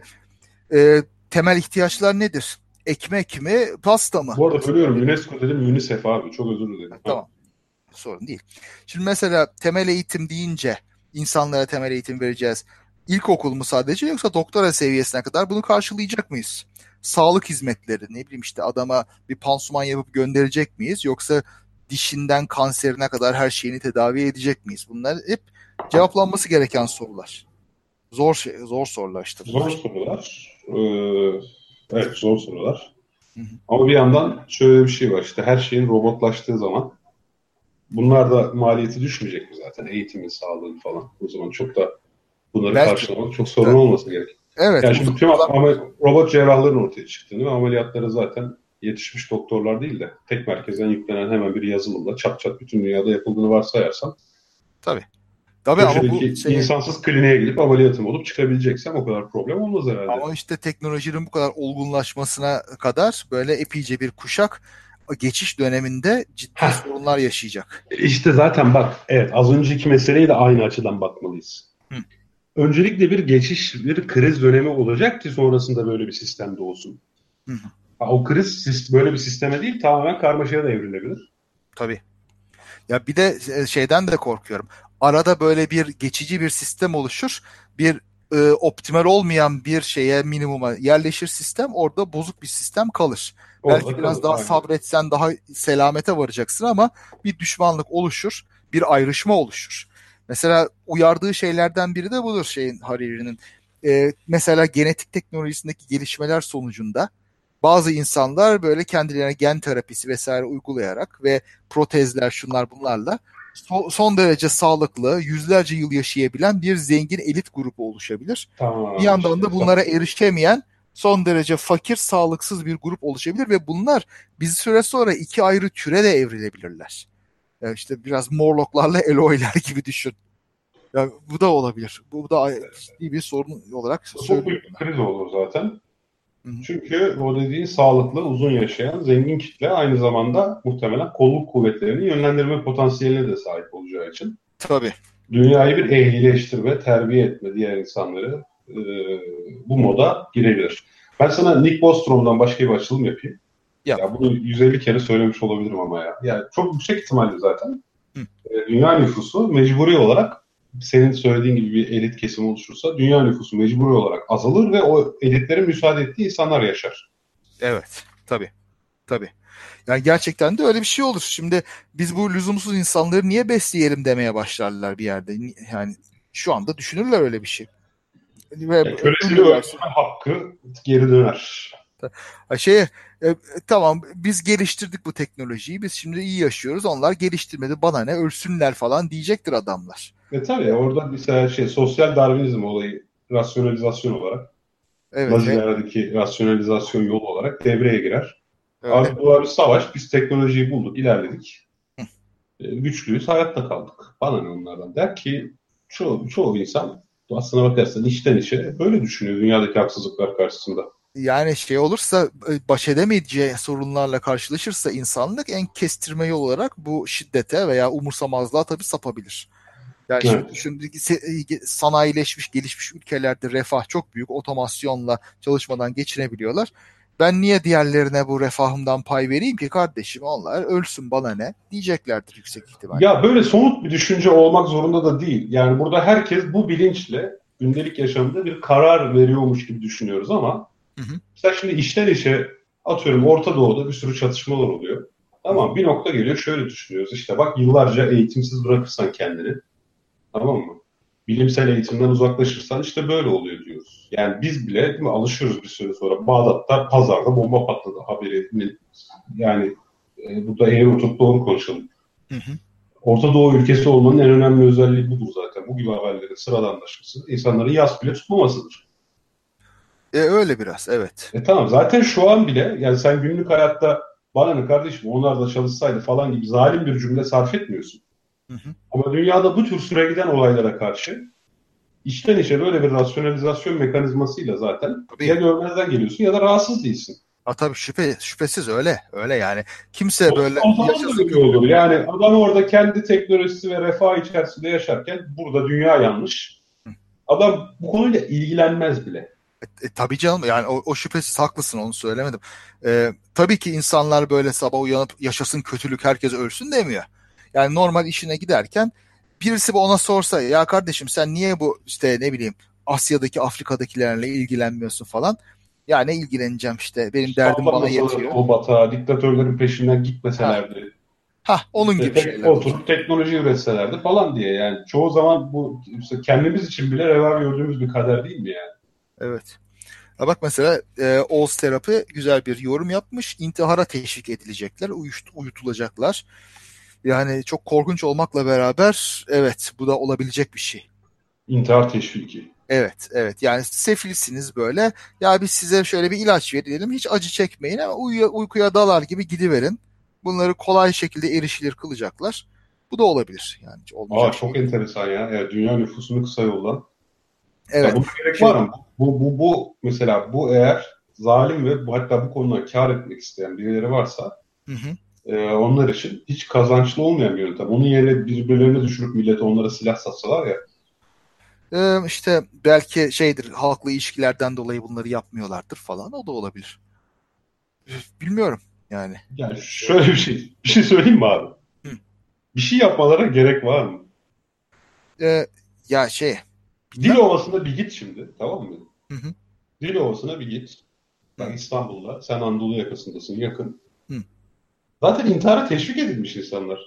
e, temel ihtiyaçlar nedir? Ekmek mi, pasta mı? Bu arada Mesela bölüyorum. benim. UNESCO dedim, UNICEF abi. Çok özür Ha, dilerim. Ha. tamam, sorun değil. Şimdi mesela temel eğitim deyince insanlara temel eğitim vereceğiz. İlkokul mu sadece yoksa doktora seviyesine kadar bunu karşılayacak mıyız? Sağlık hizmetleri ne bileyim işte adama bir pansuman yapıp gönderecek miyiz? Yoksa dişinden kanserine kadar her şeyini tedavi edecek miyiz? Bunlar hep cevaplanması gereken sorular. Zor şey, zor sorular işte Zor bunlar. sorular. Ee, evet, zor sorular. Hı hı. Ama bir yandan şöyle bir şey var. İşte her şeyin robotlaştığı zaman bunlar da maliyeti düşmeyecek mi zaten? Eğitimin, sağlığın falan. O zaman çok da bunları Belki karşılamak çok sorun de. olması gerek. Evet, Yani uzun şimdi tüm zaman. ama robot cerrahların ortaya çıktığını ve ameliyatları zaten yetişmiş doktorlar değil de tek merkezden yüklenen hemen bir yazılımla çat çat bütün dünyada yapıldığını varsayarsan Tabii. Tabii ama bu köşedeki şey insansız kliniğe gidip ameliyatım olup çıkabileceksem o kadar problem olmaz herhalde. ama işte teknolojinin bu kadar olgunlaşmasına kadar böyle epeyce bir kuşak geçiş döneminde ciddi Heh, sorunlar yaşayacak. işte zaten bak, evet, az önceki meseleye de aynı açıdan bakmalıyız. Hı, Öncelikle bir geçiş, bir kriz dönemi olacak ki sonrasında böyle bir sistemde olsun. hı, hı. Ha, o kriz böyle bir sisteme değil, tamamen karmaşaya da evrilebilir. Tabii. Ya bir de e, şeyden de korkuyorum. Arada böyle bir geçici bir sistem oluşur. Bir e, optimal olmayan bir şeye minimuma yerleşir sistem. Orada bozuk bir sistem kalır. Belki Orada biraz kalır. daha Aynen. sabretsen daha selamete varacaksın ama bir düşmanlık oluşur. Bir ayrışma oluşur. Mesela uyardığı şeylerden biri de budur şeyin Hariri'nin. E, mesela genetik teknolojisindeki gelişmeler sonucunda bazı insanlar böyle kendilerine gen terapisi vesaire uygulayarak ve protezler şunlar bunlarla so- son derece sağlıklı, yüzlerce yıl yaşayabilen bir zengin elit grubu oluşabilir. Bir Tamam yandan işte. da bunlara erişemeyen son derece fakir, sağlıksız bir grup oluşabilir ve bunlar bir süre sonra iki ayrı türe de evrilebilirler. Yani işte biraz Morlocklarla Eloy'ler gibi düşün. Yani bu da olabilir. Bu da ciddi bir sorun olarak Çok söylüyorum büyük bir ben. kriz olur zaten. Hı hı. Çünkü o dediğin sağlıklı, uzun yaşayan, zengin kitle aynı zamanda muhtemelen kolluk kuvvetlerini yönlendirme potansiyeline de sahip olacağı için Tabii. dünyayı bir ehlileştirme, terbiye etme, diğer insanları e, bu moda girebilir. Ben sana Nick Bostrom'dan başka bir açılım yapayım. Yap. Ya bunu yüz elli kere söylemiş olabilirim ama ya. Yani çok yüksek ihtimalle zaten Hı. e, dünya nüfusu mecburi olarak senin söylediğin gibi bir elit kesim oluşursa dünya nüfusu mecburi olarak azalır ve o elitlerin müsaade ettiği insanlar yaşar. Evet. Tabii. Tabii. Yani gerçekten de öyle bir şey olur. Şimdi biz bu lüzumsuz insanları niye besleyelim demeye başlarlar bir yerde. Yani şu anda düşünürler öyle bir şey. Ve Ya, kölesini ölürlerse. öldürme hakkı geri döner. Şey, e, tamam biz geliştirdik bu teknolojiyi. Biz şimdi iyi yaşıyoruz. Onlar geliştirmedi. Bana ne ölsünler falan diyecektir adamlar. Ve tabii orada mesela şey sosyal Darwinizm olayı rasyonalizasyon olarak Evet. He, Nazilerdeki rasyonalizasyon yolu olarak devreye girer. öyle. Abi bu bir savaş. Biz teknolojiyi bulduk, ilerledik. E, güçlüyüz, hayatta kaldık. Bana ne onlardan der ki çoğu, çoğu insan aslına bakarsan içten içe böyle düşünüyor dünyadaki haksızlıklar karşısında. Yani şey olursa baş edemeyeceği sorunlarla karşılaşırsa insanlık en kestirme yol olarak bu şiddete veya umursamazlığa tabii sapabilir. Yani şimdi Evet. düşündük sanayileşmiş, gelişmiş ülkelerde refah çok büyük. Otomasyonla çalışmadan geçinebiliyorlar. Ben niye diğerlerine bu refahımdan pay vereyim ki kardeşim? Onlar ölsün bana ne diyeceklerdir yüksek ihtimalle. Ya böyle somut bir düşünce olmak zorunda da değil. Yani burada herkes bu bilinçle gündelik yaşamda bir karar veriyormuş gibi düşünüyoruz ama Hı hı, mesela şimdi işten işe atıyorum Orta Doğu'da bir sürü çatışmalar oluyor. hı hı. Tamam bir nokta geliyor şöyle düşünüyoruz. İşte bak yıllarca eğitimsiz bırakırsan kendini tamam mı? Bilimsel eğitimden uzaklaşırsan işte böyle oluyor diyoruz. Yani biz bile değil mi, alışıyoruz bir süre sonra. Bağdat'ta pazarda bomba patladı haberini. Yani e, burada eğri oturup doğru konuşalım. Hı hı. Orta Doğu ülkesi olmanın en önemli özelliği budur zaten. Bu gibi haberlerin sıradanlaşması, insanların yas bile tutmamasıdır. E, öyle biraz evet. E tamam zaten şu an bile yani sen günlük hayatta bana ne kardeşim onlar da çalışsaydı falan gibi zalim bir cümle sarf etmiyorsun. Hı hı. Ama dünyada bu tür süregiden olaylara karşı içten içe böyle bir rasyonalizasyon mekanizmasıyla zaten Tabii. ya görmezden geliyorsun ya da rahatsız değilsin. Ha, tabii şüphe, şüphesiz öyle. Öyle yani. Kimse Yoksa böyle o zaman da yaşasın öyle olur. kötülükle. Yani adam orada kendi teknolojisi ve refah içerisinde yaşarken burada dünya yanlış. Adam bu konuyla ilgilenmez bile. E, tabii canım yani o, o şüphesiz haklısın onu söylemedim. E, tabii ki insanlar böyle sabah uyanıp yaşasın kötülük herkes ölsün demiyor. Yani normal işine giderken birisi bu ona sorsa ya kardeşim sen niye bu işte ne bileyim Asya'daki Afrika'dakilerle ilgilenmiyorsun falan. Ya ne ilgileneceğim işte benim derdim bana Patlamasalardı yetiyor. o batağa, diktatörlerin peşinden Ha gitmeselerdi, ha onun işte gibi tek şeyler olacak. oturup teknoloji üretselerdi falan diye. Yani çoğu zaman bu işte kendimiz için bile reva gördüğümüz bir kader değil mi yani? Evet. Ha bak mesela e, Oğuz Terapi güzel bir yorum yapmış. İntihara teşvik edilecekler, uyuş, uyutulacaklar. Yani çok korkunç olmakla beraber evet bu da olabilecek bir şey. İntihar teşviki. Evet, evet. Yani sefilsiniz böyle. Ya biz size şöyle bir ilaç verelim. Hiç acı çekmeyin ama uyuya, uykuya dalar gibi gidiverin. Bunları kolay şekilde erişilir kılacaklar. Bu da olabilir. Yani hiç Aa olmayacak şey çok değil. enteresan ya. Yani dünya nüfusunu kısa yoldan. Ya Evet. buna gerek Şey, var mı? Bu, bu, bu mesela bu eğer zalim ve bu, hatta bu konuda kar etmek isteyen birileri varsa hı hı. e, onlar için hiç kazançlı olmayan bir yöntem. Onun yerine birbirlerini düşürüp millete onlara silah satsalar ya. Ee, işte belki şeydir halkla ilişkilerden dolayı bunları yapmıyorlardır falan. O da olabilir. Bilmiyorum yani. Yani şöyle bir şey. Bir şey söyleyeyim mi abi? Hı. Bir şey yapmalara gerek var mı? Ee, ya şey Dil bilmem. Ovası'na bir git şimdi. Tamam mı? Hı hı. Dil Ovası'na bir git. Hı. Bak İstanbul'da. Sen Anadolu yakasındasın yakın. Hı. Zaten intihara teşvik edilmiş insanlar.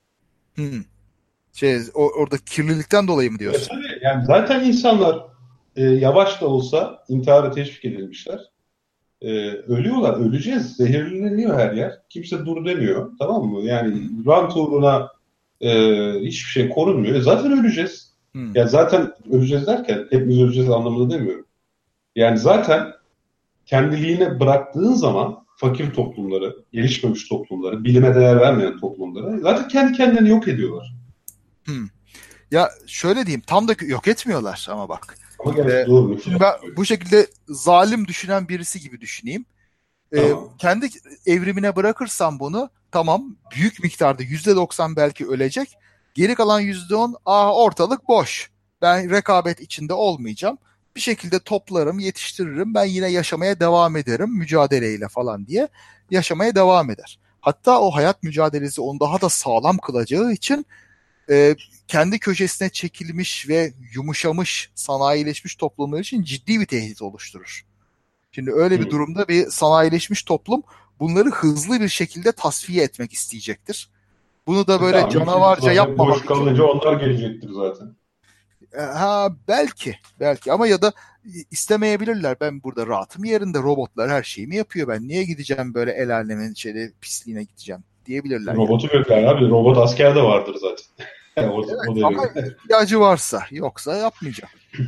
Hı. Şey o, orada kirlilikten dolayı mı E diyorsun? tabii yani zaten insanlar e, yavaş da olsa intihara teşvik edilmişler. E, ölüyorlar, öleceğiz. Zehirleniyor her yer. Kimse dur demiyor. Tamam mı? Hı. Yani rant uğruna e, hiçbir şey korunmuyor. E, zaten öleceğiz. Hı. Ya zaten öleceğiz derken hepimiz öleceğiz anlamında demiyorum. Yani zaten kendiliğine bıraktığın zaman fakir toplumları, gelişmemiş toplumları, bilime değer vermeyen toplumları zaten kendi kendilerini yok ediyorlar. Hı. Ya şöyle diyeyim tam da yok etmiyorlar ama bak. Ama gerçi Ee, doğru nüfus şimdi ben artıyor. bu şekilde zalim düşünen birisi gibi düşüneyim. Ee, Tamam. kendi evrimine bırakırsam bunu, tamam, büyük miktarda yüzde doksan belki ölecek. Geri kalan yüzde on, aa, ortalık boş. Ben rekabet içinde olmayacağım. Bir şekilde toplarım, yetiştiririm. Ben yine yaşamaya devam ederim mücadeleyle falan diye yaşamaya devam eder. Hatta o hayat mücadelesi onu daha da sağlam kılacağı için e, kendi köşesine çekilmiş ve yumuşamış, sanayileşmiş toplumlar için ciddi bir tehdit oluşturur. Şimdi öyle bir Hı. durumda bir sanayileşmiş toplum bunları hızlı bir şekilde tasfiye etmek isteyecektir. Bunu da E böyle tamam, canavarca zaten yapmamak boş için kalınca onlar gelecektir zaten. e, ha belki belki ama ya da istemeyebilirler. Ben burada rahatım yerinde, robotlar her şeyimi yapıyor. Ben niye gideceğim böyle el alemin şeyde pisliğine gideceğim diyebilirler yani. Robotu gökler abi. Robot asker de vardır zaten. o, o Evet ama devirde. ihtiyacı varsa, yoksa yapmayacağım.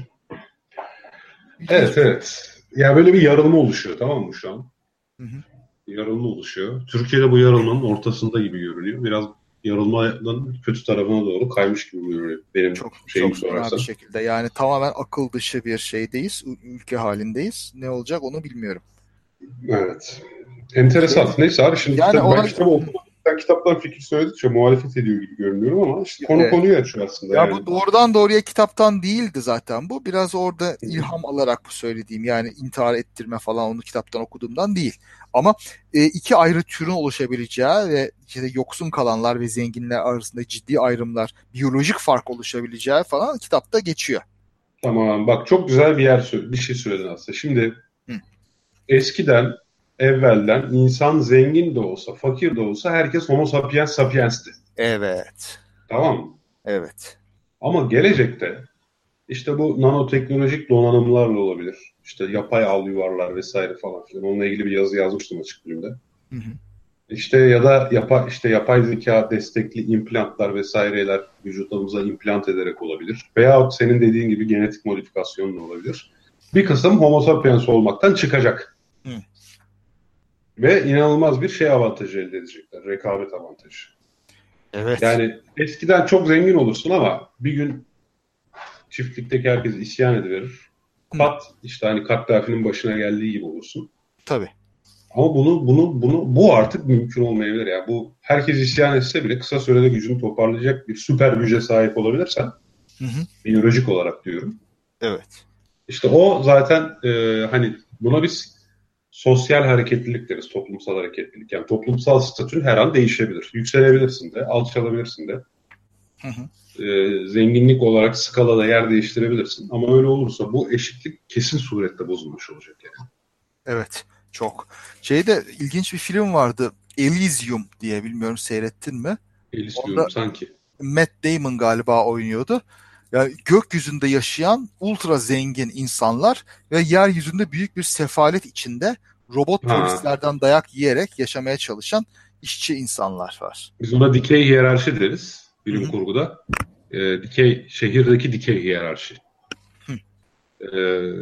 İlginç Evet bir şey. evet. Ya böyle bir yarılma oluşuyor, tamam mı şu an? Hı hı. Yarılma oluşuyor. Türkiye'de bu yarılmanın ortasında gibi görünüyor. Biraz yarılmanın kötü tarafına doğru kaymış gibi görünüyor. Benim Çok şeyimi çok fena bir sorarsan. şekilde. Yani tamamen akıl dışı bir şeydeyiz. ü- Ülke halindeyiz. Ne olacak onu bilmiyorum. Evet. Şey, Enteresan. Neyse abi, şimdi yani kitap, ben ona kitabı okumadım. Sen kitaptan fikir söyledikçe muhalefet ediyor gibi görünüyorum ama işte konu evet. konuyu açıyor aslında Ya yani. bu doğrudan doğruya kitaptan değildi zaten bu. Biraz orada ilham alarak bu söylediğim, yani intihar ettirme falan onu kitaptan okuduğumdan değil. Ama e, iki ayrı türün oluşabileceği ve işte yoksun kalanlar ve zenginler arasında ciddi ayrımlar, biyolojik fark oluşabileceği falan kitapta geçiyor. Tamam, bak çok güzel bir yer sö- bir şey söyledin aslında. Şimdi Hı. eskiden, evvelden insan zengin de olsa, fakir de olsa herkes Homo sapiens sapiensti. Evet. Tamam mı? Evet. Ama gelecekte işte bu nanoteknolojik donanımlarla olabilir. İşte yapay al yuvarlar vesaire falan filan. Onunla ilgili bir yazı yazmıştım açık bilimde. Hı hı. İşte ya da yapay, işte yapay zeka destekli implantlar vesaireler vücutlarımıza implant ederek olabilir. Veyahut senin dediğin gibi genetik modifikasyonla olabilir. Bir kısım Homo sapiens olmaktan çıkacak. Hı. Ve inanılmaz bir şey avantajı elde edecekler. Rekabet avantajı. Evet. Yani eskiden çok zengin olursun ama bir gün çiftlikteki herkes isyan ediverir. Hı. Kat, işte hani Kaddafi'nin başına geldiği gibi olursun. Tabii. Ama bunu bunu bunu bu artık mümkün olmayabilir. Yani bu, herkes isyan etse bile kısa sürede gücünü toparlayacak bir süper güce sahip olabilirsen, Hı hı. biyolojik olarak diyorum. Evet. İşte o zaten e, hani buna biz sosyal hareketlilik deriz, toplumsal hareketlilik. Yani toplumsal statün her an değişebilir. Yükselebilirsin de, alçalabilirsin de. Hı hı. E, zenginlik olarak skalada yer değiştirebilirsin. Ama öyle olursa bu eşitlik kesin surette bozulmuş olacak yani. Evet. Çok. Şeyde ilginç bir film vardı. Elysium diye, bilmiyorum seyrettin mi? Elysium Onda sanki. Matt Damon galiba oynuyordu. Yani gökyüzünde yaşayan ultra zengin insanlar ve yeryüzünde büyük bir sefalet içinde robot Ha, polislerden dayak yiyerek yaşamaya çalışan işçi insanlar var. biz ona dikey hiyerarşi deriz Hı bilim hı. kurguda. E, dikey, şehirdeki dikey hiyerarşi. Hı. E,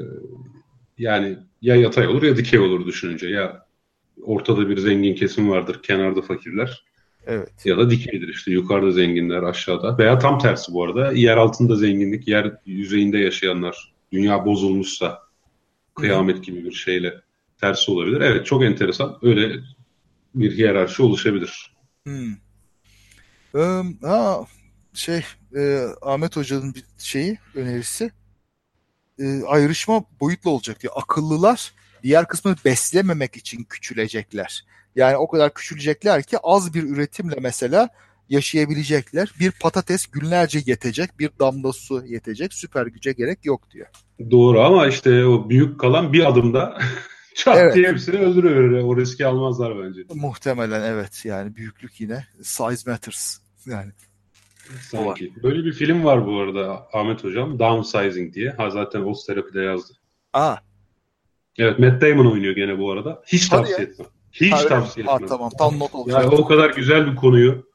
Yani ya yatay olur ya dikey olur düşününce. Ya ortada bir zengin kesim vardır, kenarda fakirler. Evet. Ya da dikeydir, işte yukarıda zenginler, aşağıda. Veya tam tersi bu arada. Yer altında zenginlik, yer yüzeyinde yaşayanlar. Dünya bozulmuşsa Hı hı. kıyamet gibi bir şeyle tersi olabilir. Evet, çok enteresan. Öyle bir hiyerarşi oluşabilir. Hı. Ee, ha, şey e, Ahmet Hoca'nın bir şeyi önerisi, e, ayrışma boyutlu olacak diyor. Akıllılar diğer kısmını beslememek için küçülecekler. Yani o kadar küçülecekler ki az bir üretimle mesela yaşayabilecekler. Bir patates günlerce yetecek, bir damla su yetecek. Süper güce gerek yok diyor. Doğru ama işte o büyük kalan bir adımda çat Evet, diye hepsini öldürüverir. O riski almazlar bence. muhtemelen evet, yani büyüklük yine size matters, yani o var. Sanki. Böyle bir film var bu arada Ahmet Hocam. Downsizing diye. Ha, zaten Ozterapi'de yazdı. Aa, Evet, Matt Damon oynuyor gene bu arada. Hiç hadi ya. tavsiye etmem. Ha, Hiç öyle mi? tavsiye Aa, etmem. tamam, tam not Ya alacaktım. o kadar güzel bir konuyu.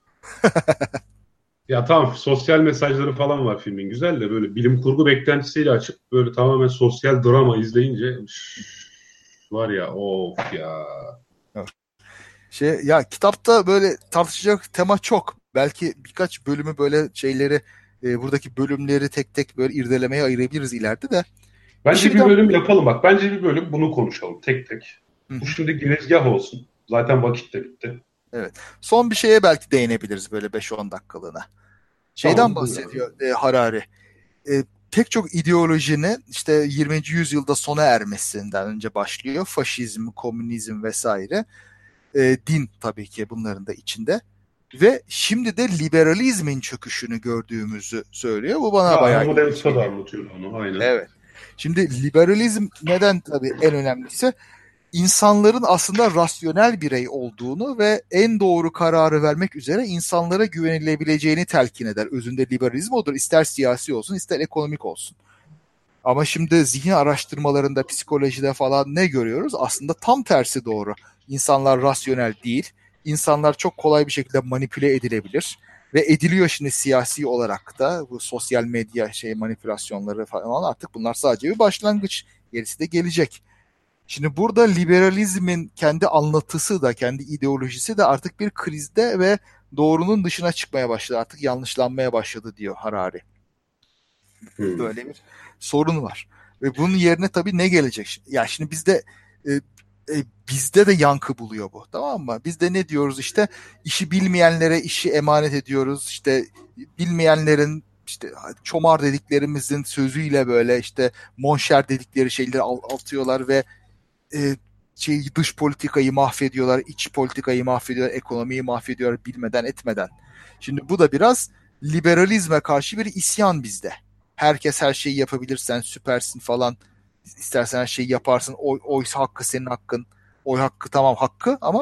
Ya tamam, sosyal mesajları falan var filmin, güzel de böyle bilim kurgu beklentisiyle açıp böyle tamamen sosyal drama izleyince üf, var ya, of ya. Şey ya, kitapta böyle tartışacak tema çok. Belki birkaç bölümü böyle şeyleri, e, buradaki bölümleri tek tek böyle irdelemeye ayırabiliriz ileride de. Bence bir şeyden... bölüm yapalım bak. Bence bir bölüm bunu konuşalım tek tek. Hı Bu hı. şimdi girizgah olsun. Zaten vakit de bitti. Evet. Son bir şeye belki değinebiliriz böyle beş on dakikalığına. Şeyden Tamam, buyur abi. bahsediyor e, Harari. E, Pek çok ideolojinin işte yirminci yüzyılda sona ermesinden önce başlıyor. Faşizm, komünizm vesaire. E, din tabii ki bunların da içinde. Ve şimdi de liberalizmin çöküşünü gördüğümüzü söylüyor. Bu bana Ha, bayağı Homo ilginç Deus'a da geliyor. anlatıyordu onu aynen. Evet. Şimdi liberalizm neden tabii en önemlisi? İnsanların aslında rasyonel birey olduğunu ve en doğru kararı vermek üzere insanlara güvenilebileceğini telkin eder. Özünde liberalizm odur. İster siyasi olsun, ister ekonomik olsun. Ama şimdi zihin araştırmalarında, psikolojide falan ne görüyoruz? Aslında tam tersi doğru. İnsanlar rasyonel değil. İnsanlar çok kolay bir şekilde manipüle edilebilir. Ve ediliyor şimdi siyasi olarak da bu sosyal medya şey manipülasyonları falan artık bunlar sadece bir başlangıç. Gerisi de gelecek. Şimdi burada liberalizmin kendi anlatısı da, kendi ideolojisi de artık bir krizde ve doğrunun dışına çıkmaya başladı. Artık yanlışlanmaya başladı diyor Harari. Hmm. Böyle bir sorun var. Ve bunun yerine tabii ne gelecek? Ya şimdi bizde e, e, bizde de yankı buluyor bu. Tamam mı? Biz de ne diyoruz işte işi bilmeyenlere işi emanet ediyoruz. İşte bilmeyenlerin işte çomar dediklerimizin sözüyle böyle işte monşer dedikleri şeyleri atıyorlar ve e, şey dış politikayı mahvediyorlar, iç politikayı mahvediyorlar, ekonomiyi mahvediyorlar bilmeden etmeden. Şimdi bu da biraz liberalizme karşı bir isyan bizde. Herkes her şeyi yapabilir, sen süpersin falan. İstersen her şeyi yaparsın. Oy, oy hakkı senin hakkın. Oy hakkı tamam hakkı ama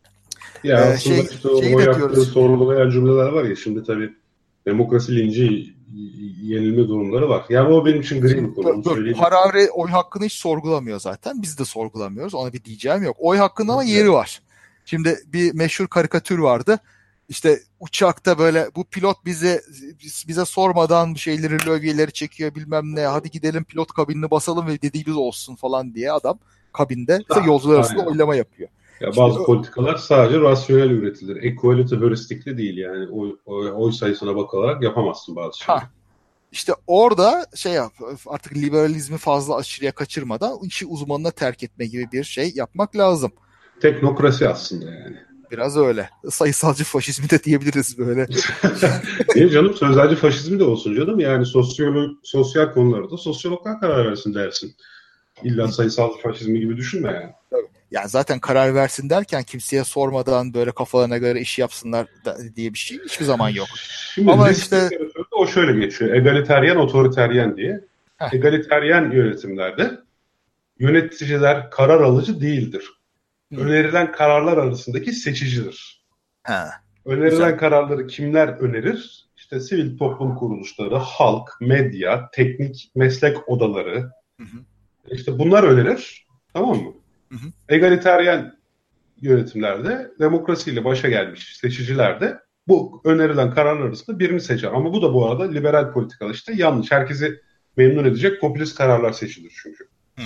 Ya e, aslında şey işte o şeyi oy de hakkını diyoruz şimdi. sorgulayan cümleler var ya şimdi tabii demokrasi linci yenilme durumları var. Yani o benim için gri Şimdi bir konu, dur, onu dur. söyleyeyim. Harari oy hakkını hiç sorgulamıyor zaten. Biz de sorgulamıyoruz. Ona bir diyeceğim yok. Oy hakkında ama yeri Evet. var. Şimdi bir meşhur karikatür vardı. İşte uçakta böyle bu pilot bize bize sormadan bir şeyleri lövyeleri çekiyor bilmem ne. Hadi gidelim pilot kabinini basalım ve dediğimiz olsun falan diye adam kabinde Ha, yolcular arasında aynen. oylama yapıyor. Ya Şimdi bazı politikalar sadece rasyonel üretilir. Equality heuristikli değil yani. Oy, oy, oy sayısına bakarak yapamazsın bazı şeyleri. ha işte orada şey yap artık liberalizmi fazla aşırıya kaçırmadan işi uzmanına terk etme gibi bir şey yapmak lazım. Teknokrasi aslında yani. Biraz öyle. Sayısalcı faşizmi de diyebiliriz böyle. Benim canım sözelci faşizmi de olsun canım. Yani sosyolo sosyal konularda sosyologlar karar versin dersin. İlla sayısal faşizmi gibi düşünme yani. Yani zaten karar versin derken kimseye sormadan böyle kafalarına göre iş yapsınlar da, diye bir şey hiçbir zaman yok. Şimdi Ama risk işte literatürde o şöyle geçiyor. Egaliteryen, otoriteryen diye. heh, Egaliteryen yönetimlerde yöneticiler karar alıcı değildir. hmm, Önerilen kararlar arasındaki seçicidir. ha, güzel. Önerilen kararları kimler önerir? İşte sivil toplum kuruluşları, halk, medya, teknik meslek odaları. Hı hı, İşte bunlar önerir. Tamam mı? hı hı, Egaliteryen yönetimlerde demokrasiyle başa gelmiş seçiciler de bu önerilen kararlar arasında birini seçer. Ama bu da bu arada liberal politikalar işte yanlış. Herkesi memnun edecek popülist kararlar seçilir çünkü. hı,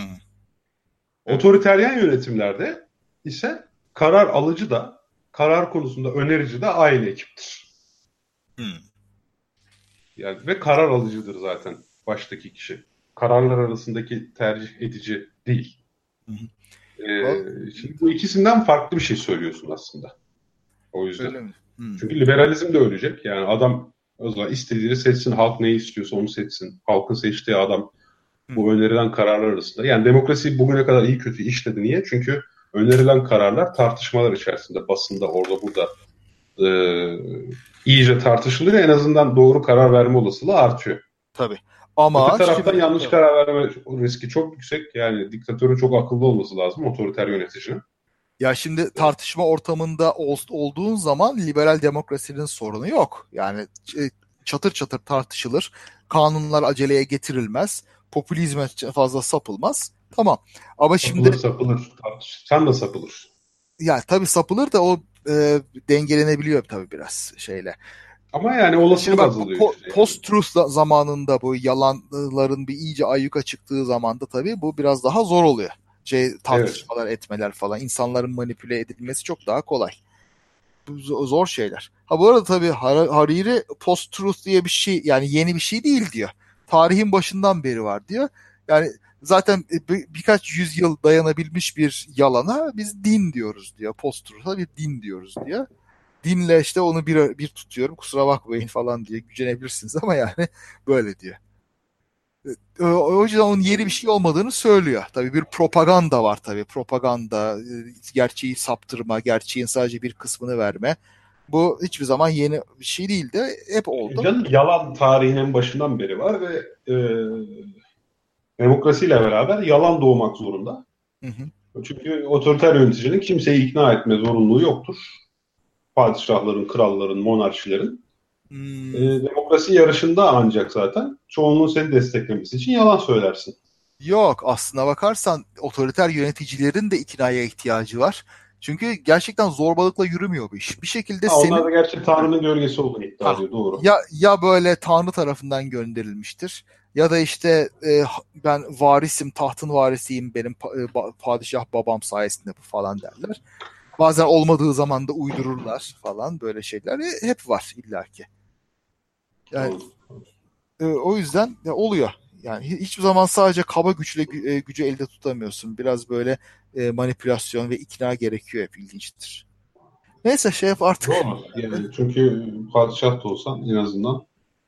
evet. Otoriteryen yönetimlerde ise karar alıcı da karar konusunda önerici de aynı ekiptir. Hı, Yani ve karar alıcıdır zaten baştaki kişi. Kararlar arasındaki tercih edici değil. hı, hı. Ee, Vallahi, şimdi bu ikisinden farklı bir şey söylüyorsun aslında. O yüzden. öyle mi? Hı, Çünkü liberalizm de ölecek. Yani adam o zaman istediğini seçsin, halk neyi istiyorsa onu seçsin. Halkın seçtiği adam hı. bu önerilen kararlar arasında. Yani demokrasi bugüne kadar iyi kötü işledi. Niye? Çünkü önerilen kararlar tartışmalar içerisinde, basında, orada burada e, iyice tartışılıyor. En azından doğru karar verme olasılığı artıyor. Tabii. Öte Ama taraftan şimdi yanlış karar verme riski çok yüksek. Yani diktatörün çok akıllı olması lazım, otoriter yöneticinin. ya şimdi tartışma ortamında ol, olduğun zaman liberal demokrasinin sorunu yok. Yani e, çatır çatır tartışılır. Kanunlar aceleye getirilmez. Popülizme fazla sapılmaz. Tamam. Ama şimdi Sapılır sapılır. Tartış. Sen de sapılır. ya tabii sapılır da o e, dengelenebiliyor tabii biraz şeyle. Ama yani Şimdi olasılık bak bu azalıyor po- işte yani. post-truth zamanında bu yalanların bir iyice ayyuka çıktığı zamanda tabii bu biraz daha zor oluyor. Şey Evet. tartışmalar etmeler falan insanların manipüle edilmesi çok daha kolay. Bu zor şeyler. Ha bu arada tabii Hariri post-truth diye bir şey yani yeni bir şey değil diyor. Tarihin başından beri var diyor. Yani Zaten bir, birkaç yüzyıl dayanabilmiş bir yalana biz din diyoruz diyor. Post-truth'a bir din diyoruz diyor. Dinle işte onu bir, bir tutuyorum kusura bakmayın falan diye gücenebilirsiniz ama yani böyle diyor. O, o yüzden onun yeni bir şey olmadığını söylüyor. Tabii bir propaganda var tabii. Propaganda, gerçeği saptırma, gerçeğin sadece bir kısmını verme. Bu hiçbir zaman yeni bir şey değil de hep oldu. Canım, yalan tarihinin başından beri var ve e, demokrasiyle beraber yalan doğmak zorunda. Hı hı. Çünkü otoriter yöneticinin kimseyi ikna etme zorunluluğu yoktur. Padişahların, kralların, monarşilerin. E, Hmm, demokrasi yarışında ancak zaten çoğunluğun seni desteklemesi için yalan söylersin. yok aslına bakarsan otoriter yöneticilerin de iknaya ihtiyacı var. Çünkü gerçekten zorbalıkla yürümüyor bu iş. Bir şekilde Ha, onlar da senin gerçi Tanrı'nın gölgesi olduğunu iddia ha, ediyor, doğru. ya ya böyle Tanrı tarafından gönderilmiştir ya da işte e, ben varisim, tahtın varisiyim, benim pa- e, ba- padişah babam sayesinde bu falan derler. Bazen olmadığı zaman da uydururlar falan böyle şeyler e, hep var illaki. Yani Doğru. e, o yüzden ya, oluyor. Yani hi- hiçbir zaman sadece kaba güçle gü- e, gücü elde tutamıyorsun. Biraz böyle e, manipülasyon ve ikna gerekiyor hep ilginçtir. Neyse şey yap artık. Doğru. Yani çünkü padişah da olsan en azından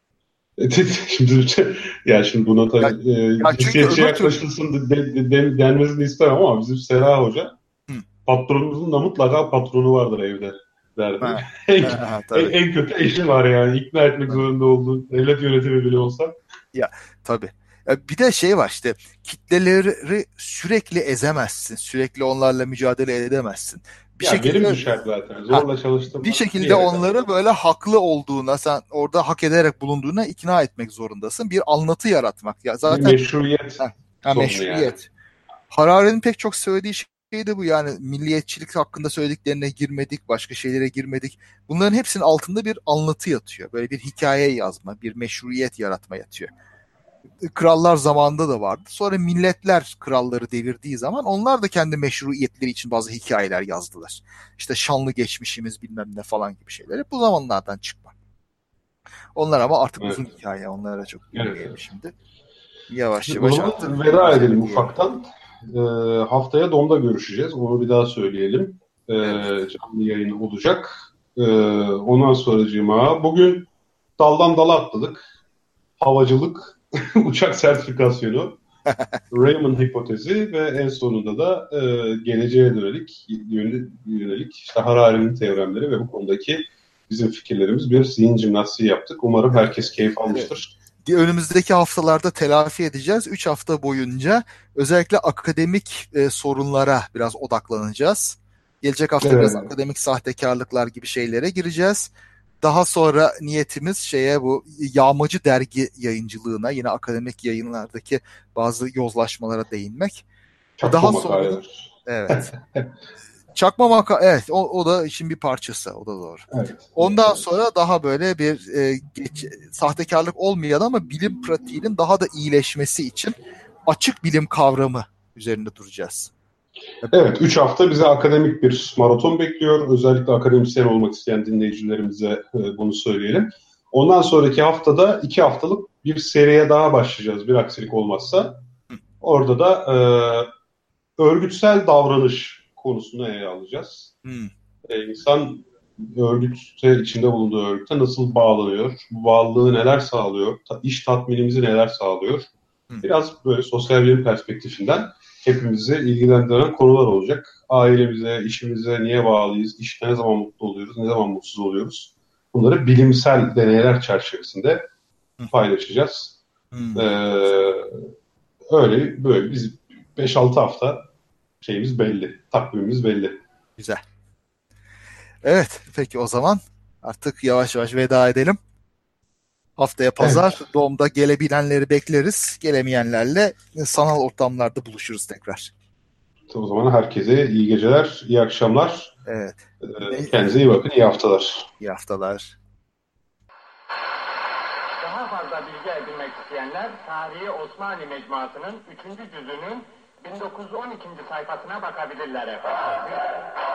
şimdi yani şimdi buna Ya, tabii e, ya çünkü cinsiyetçi öbür türlü yaklaşılsın de, de, de, denmesini istemem ama bizim Sera Hoca hı, patronumuzun da mutlaka patronu vardır evde derdi. ha, En, ha, en, tabii. en kötü eşi var yani ikna etmek Tabii. zorunda olduğu devlet yönetimi bile olsa. Ya tabii. Ya, bir de şey var işte kitleleri sürekli ezemezsin. Sürekli onlarla mücadele edemezsin. Bir Ya verim şekilde düşer zaten. ha, Zorla bir çalıştırma bir şekilde yere kadar. onları böyle haklı olduğuna, sen orada hak ederek bulunduğuna ikna etmek zorundasın. Bir anlatı yaratmak. Ya Bir zaten meşruiyet ha, ha, sorunu yani. meşruiyet. Harari'nin pek çok söylediği şey de bu, yani milliyetçilik hakkında söylediklerine girmedik, başka şeylere girmedik. Bunların hepsinin altında bir anlatı yatıyor. Böyle bir hikaye yazma, bir meşruiyet yaratma yatıyor. Krallar zamanında da vardı. Sonra milletler kralları devirdiği zaman onlar da kendi meşruiyetleri için bazı hikayeler yazdılar. İşte şanlı geçmişimiz bilmem ne falan gibi şeyler. Hep bu zamanlardan çıkma. Onlar ama artık uzun Evet. hikaye. Onlara çok Evet, girmeyelim evet. şimdi. Yavaş O yavaş artık zaman veda güncele edelim diyelim. ufaktan. Ee, haftaya Dom'da görüşeceğiz. Onu bir daha söyleyelim. Ee, Evet. canlı yayın olacak. Ee, ondan sonracığıma bugün daldan dala atladık. Havacılık, uçak sertifikasyonu, Raymond hipotezi ve en sonunda da e, geleceğe dönelik, yönelik işte Harari'nin teoremleri ve bu konudaki bizim fikirlerimiz, bir zihin jimnastiği yaptık. Umarım Evet. herkes keyif Evet. almıştır. Önümüzdeki haftalarda telafi edeceğiz. Üç hafta boyunca özellikle akademik e, sorunlara biraz odaklanacağız. Gelecek hafta biraz Evet. akademik sahtekarlıklar gibi şeylere gireceğiz. Daha sonra niyetimiz şeye, bu yağmacı dergi yayıncılığına, yine akademik yayınlardaki bazı yozlaşmalara değinmek. Çakma Daha sonra da makaleler. evet. Çakma maka evet, o, o da işin bir parçası, o da doğru. Evet, evet, Ondan evet. sonra daha böyle bir e, geç, sahtekarlık olmayan ama bilim pratiğinin daha da iyileşmesi için açık bilim kavramı üzerinde duracağız. Evet, üç hafta bize akademik bir maraton bekliyor. Özellikle akademisyen olmak isteyen dinleyicilerimize e, bunu söyleyelim. Ondan sonraki haftada iki haftalık bir seriye daha başlayacağız bir aksilik olmazsa. Orada da e, örgütsel davranış konusunu ele alacağız. Hmm, E, insan örgütte, içinde bulunduğu örgüte nasıl bağlanıyor? Bu bağlılığı neler sağlıyor? Ta, iş tatminimizi neler sağlıyor? hmm. Biraz böyle sosyal bilim perspektifinden hepimizi ilgilendiren konular olacak. Ailemize, işimize niye bağlıyız? İşte ne zaman mutlu oluyoruz? Ne zaman mutsuz oluyoruz? Bunları bilimsel deneyler çerçevesinde paylaşacağız. Hmm. Ee, öyle böyle biz beş altı hafta şeyimiz belli. Takvimimiz belli. Güzel. Evet, peki o zaman artık yavaş yavaş veda edelim. Haftaya pazar Evet. doğumda gelebilenleri bekleriz. Gelemeyenlerle sanal ortamlarda buluşuruz tekrar. O zaman herkese iyi geceler, iyi akşamlar. Evet. Ee, Ne, kendinize iyi bakın, iyi haftalar. iyi haftalar. Daha fazla bilgi edinmek isteyenler Tarihi Osmanlı Mecmuası'nın üçüncü cüzünün bin dokuz yüz on ikinci sayfasına bakabilirler efendim.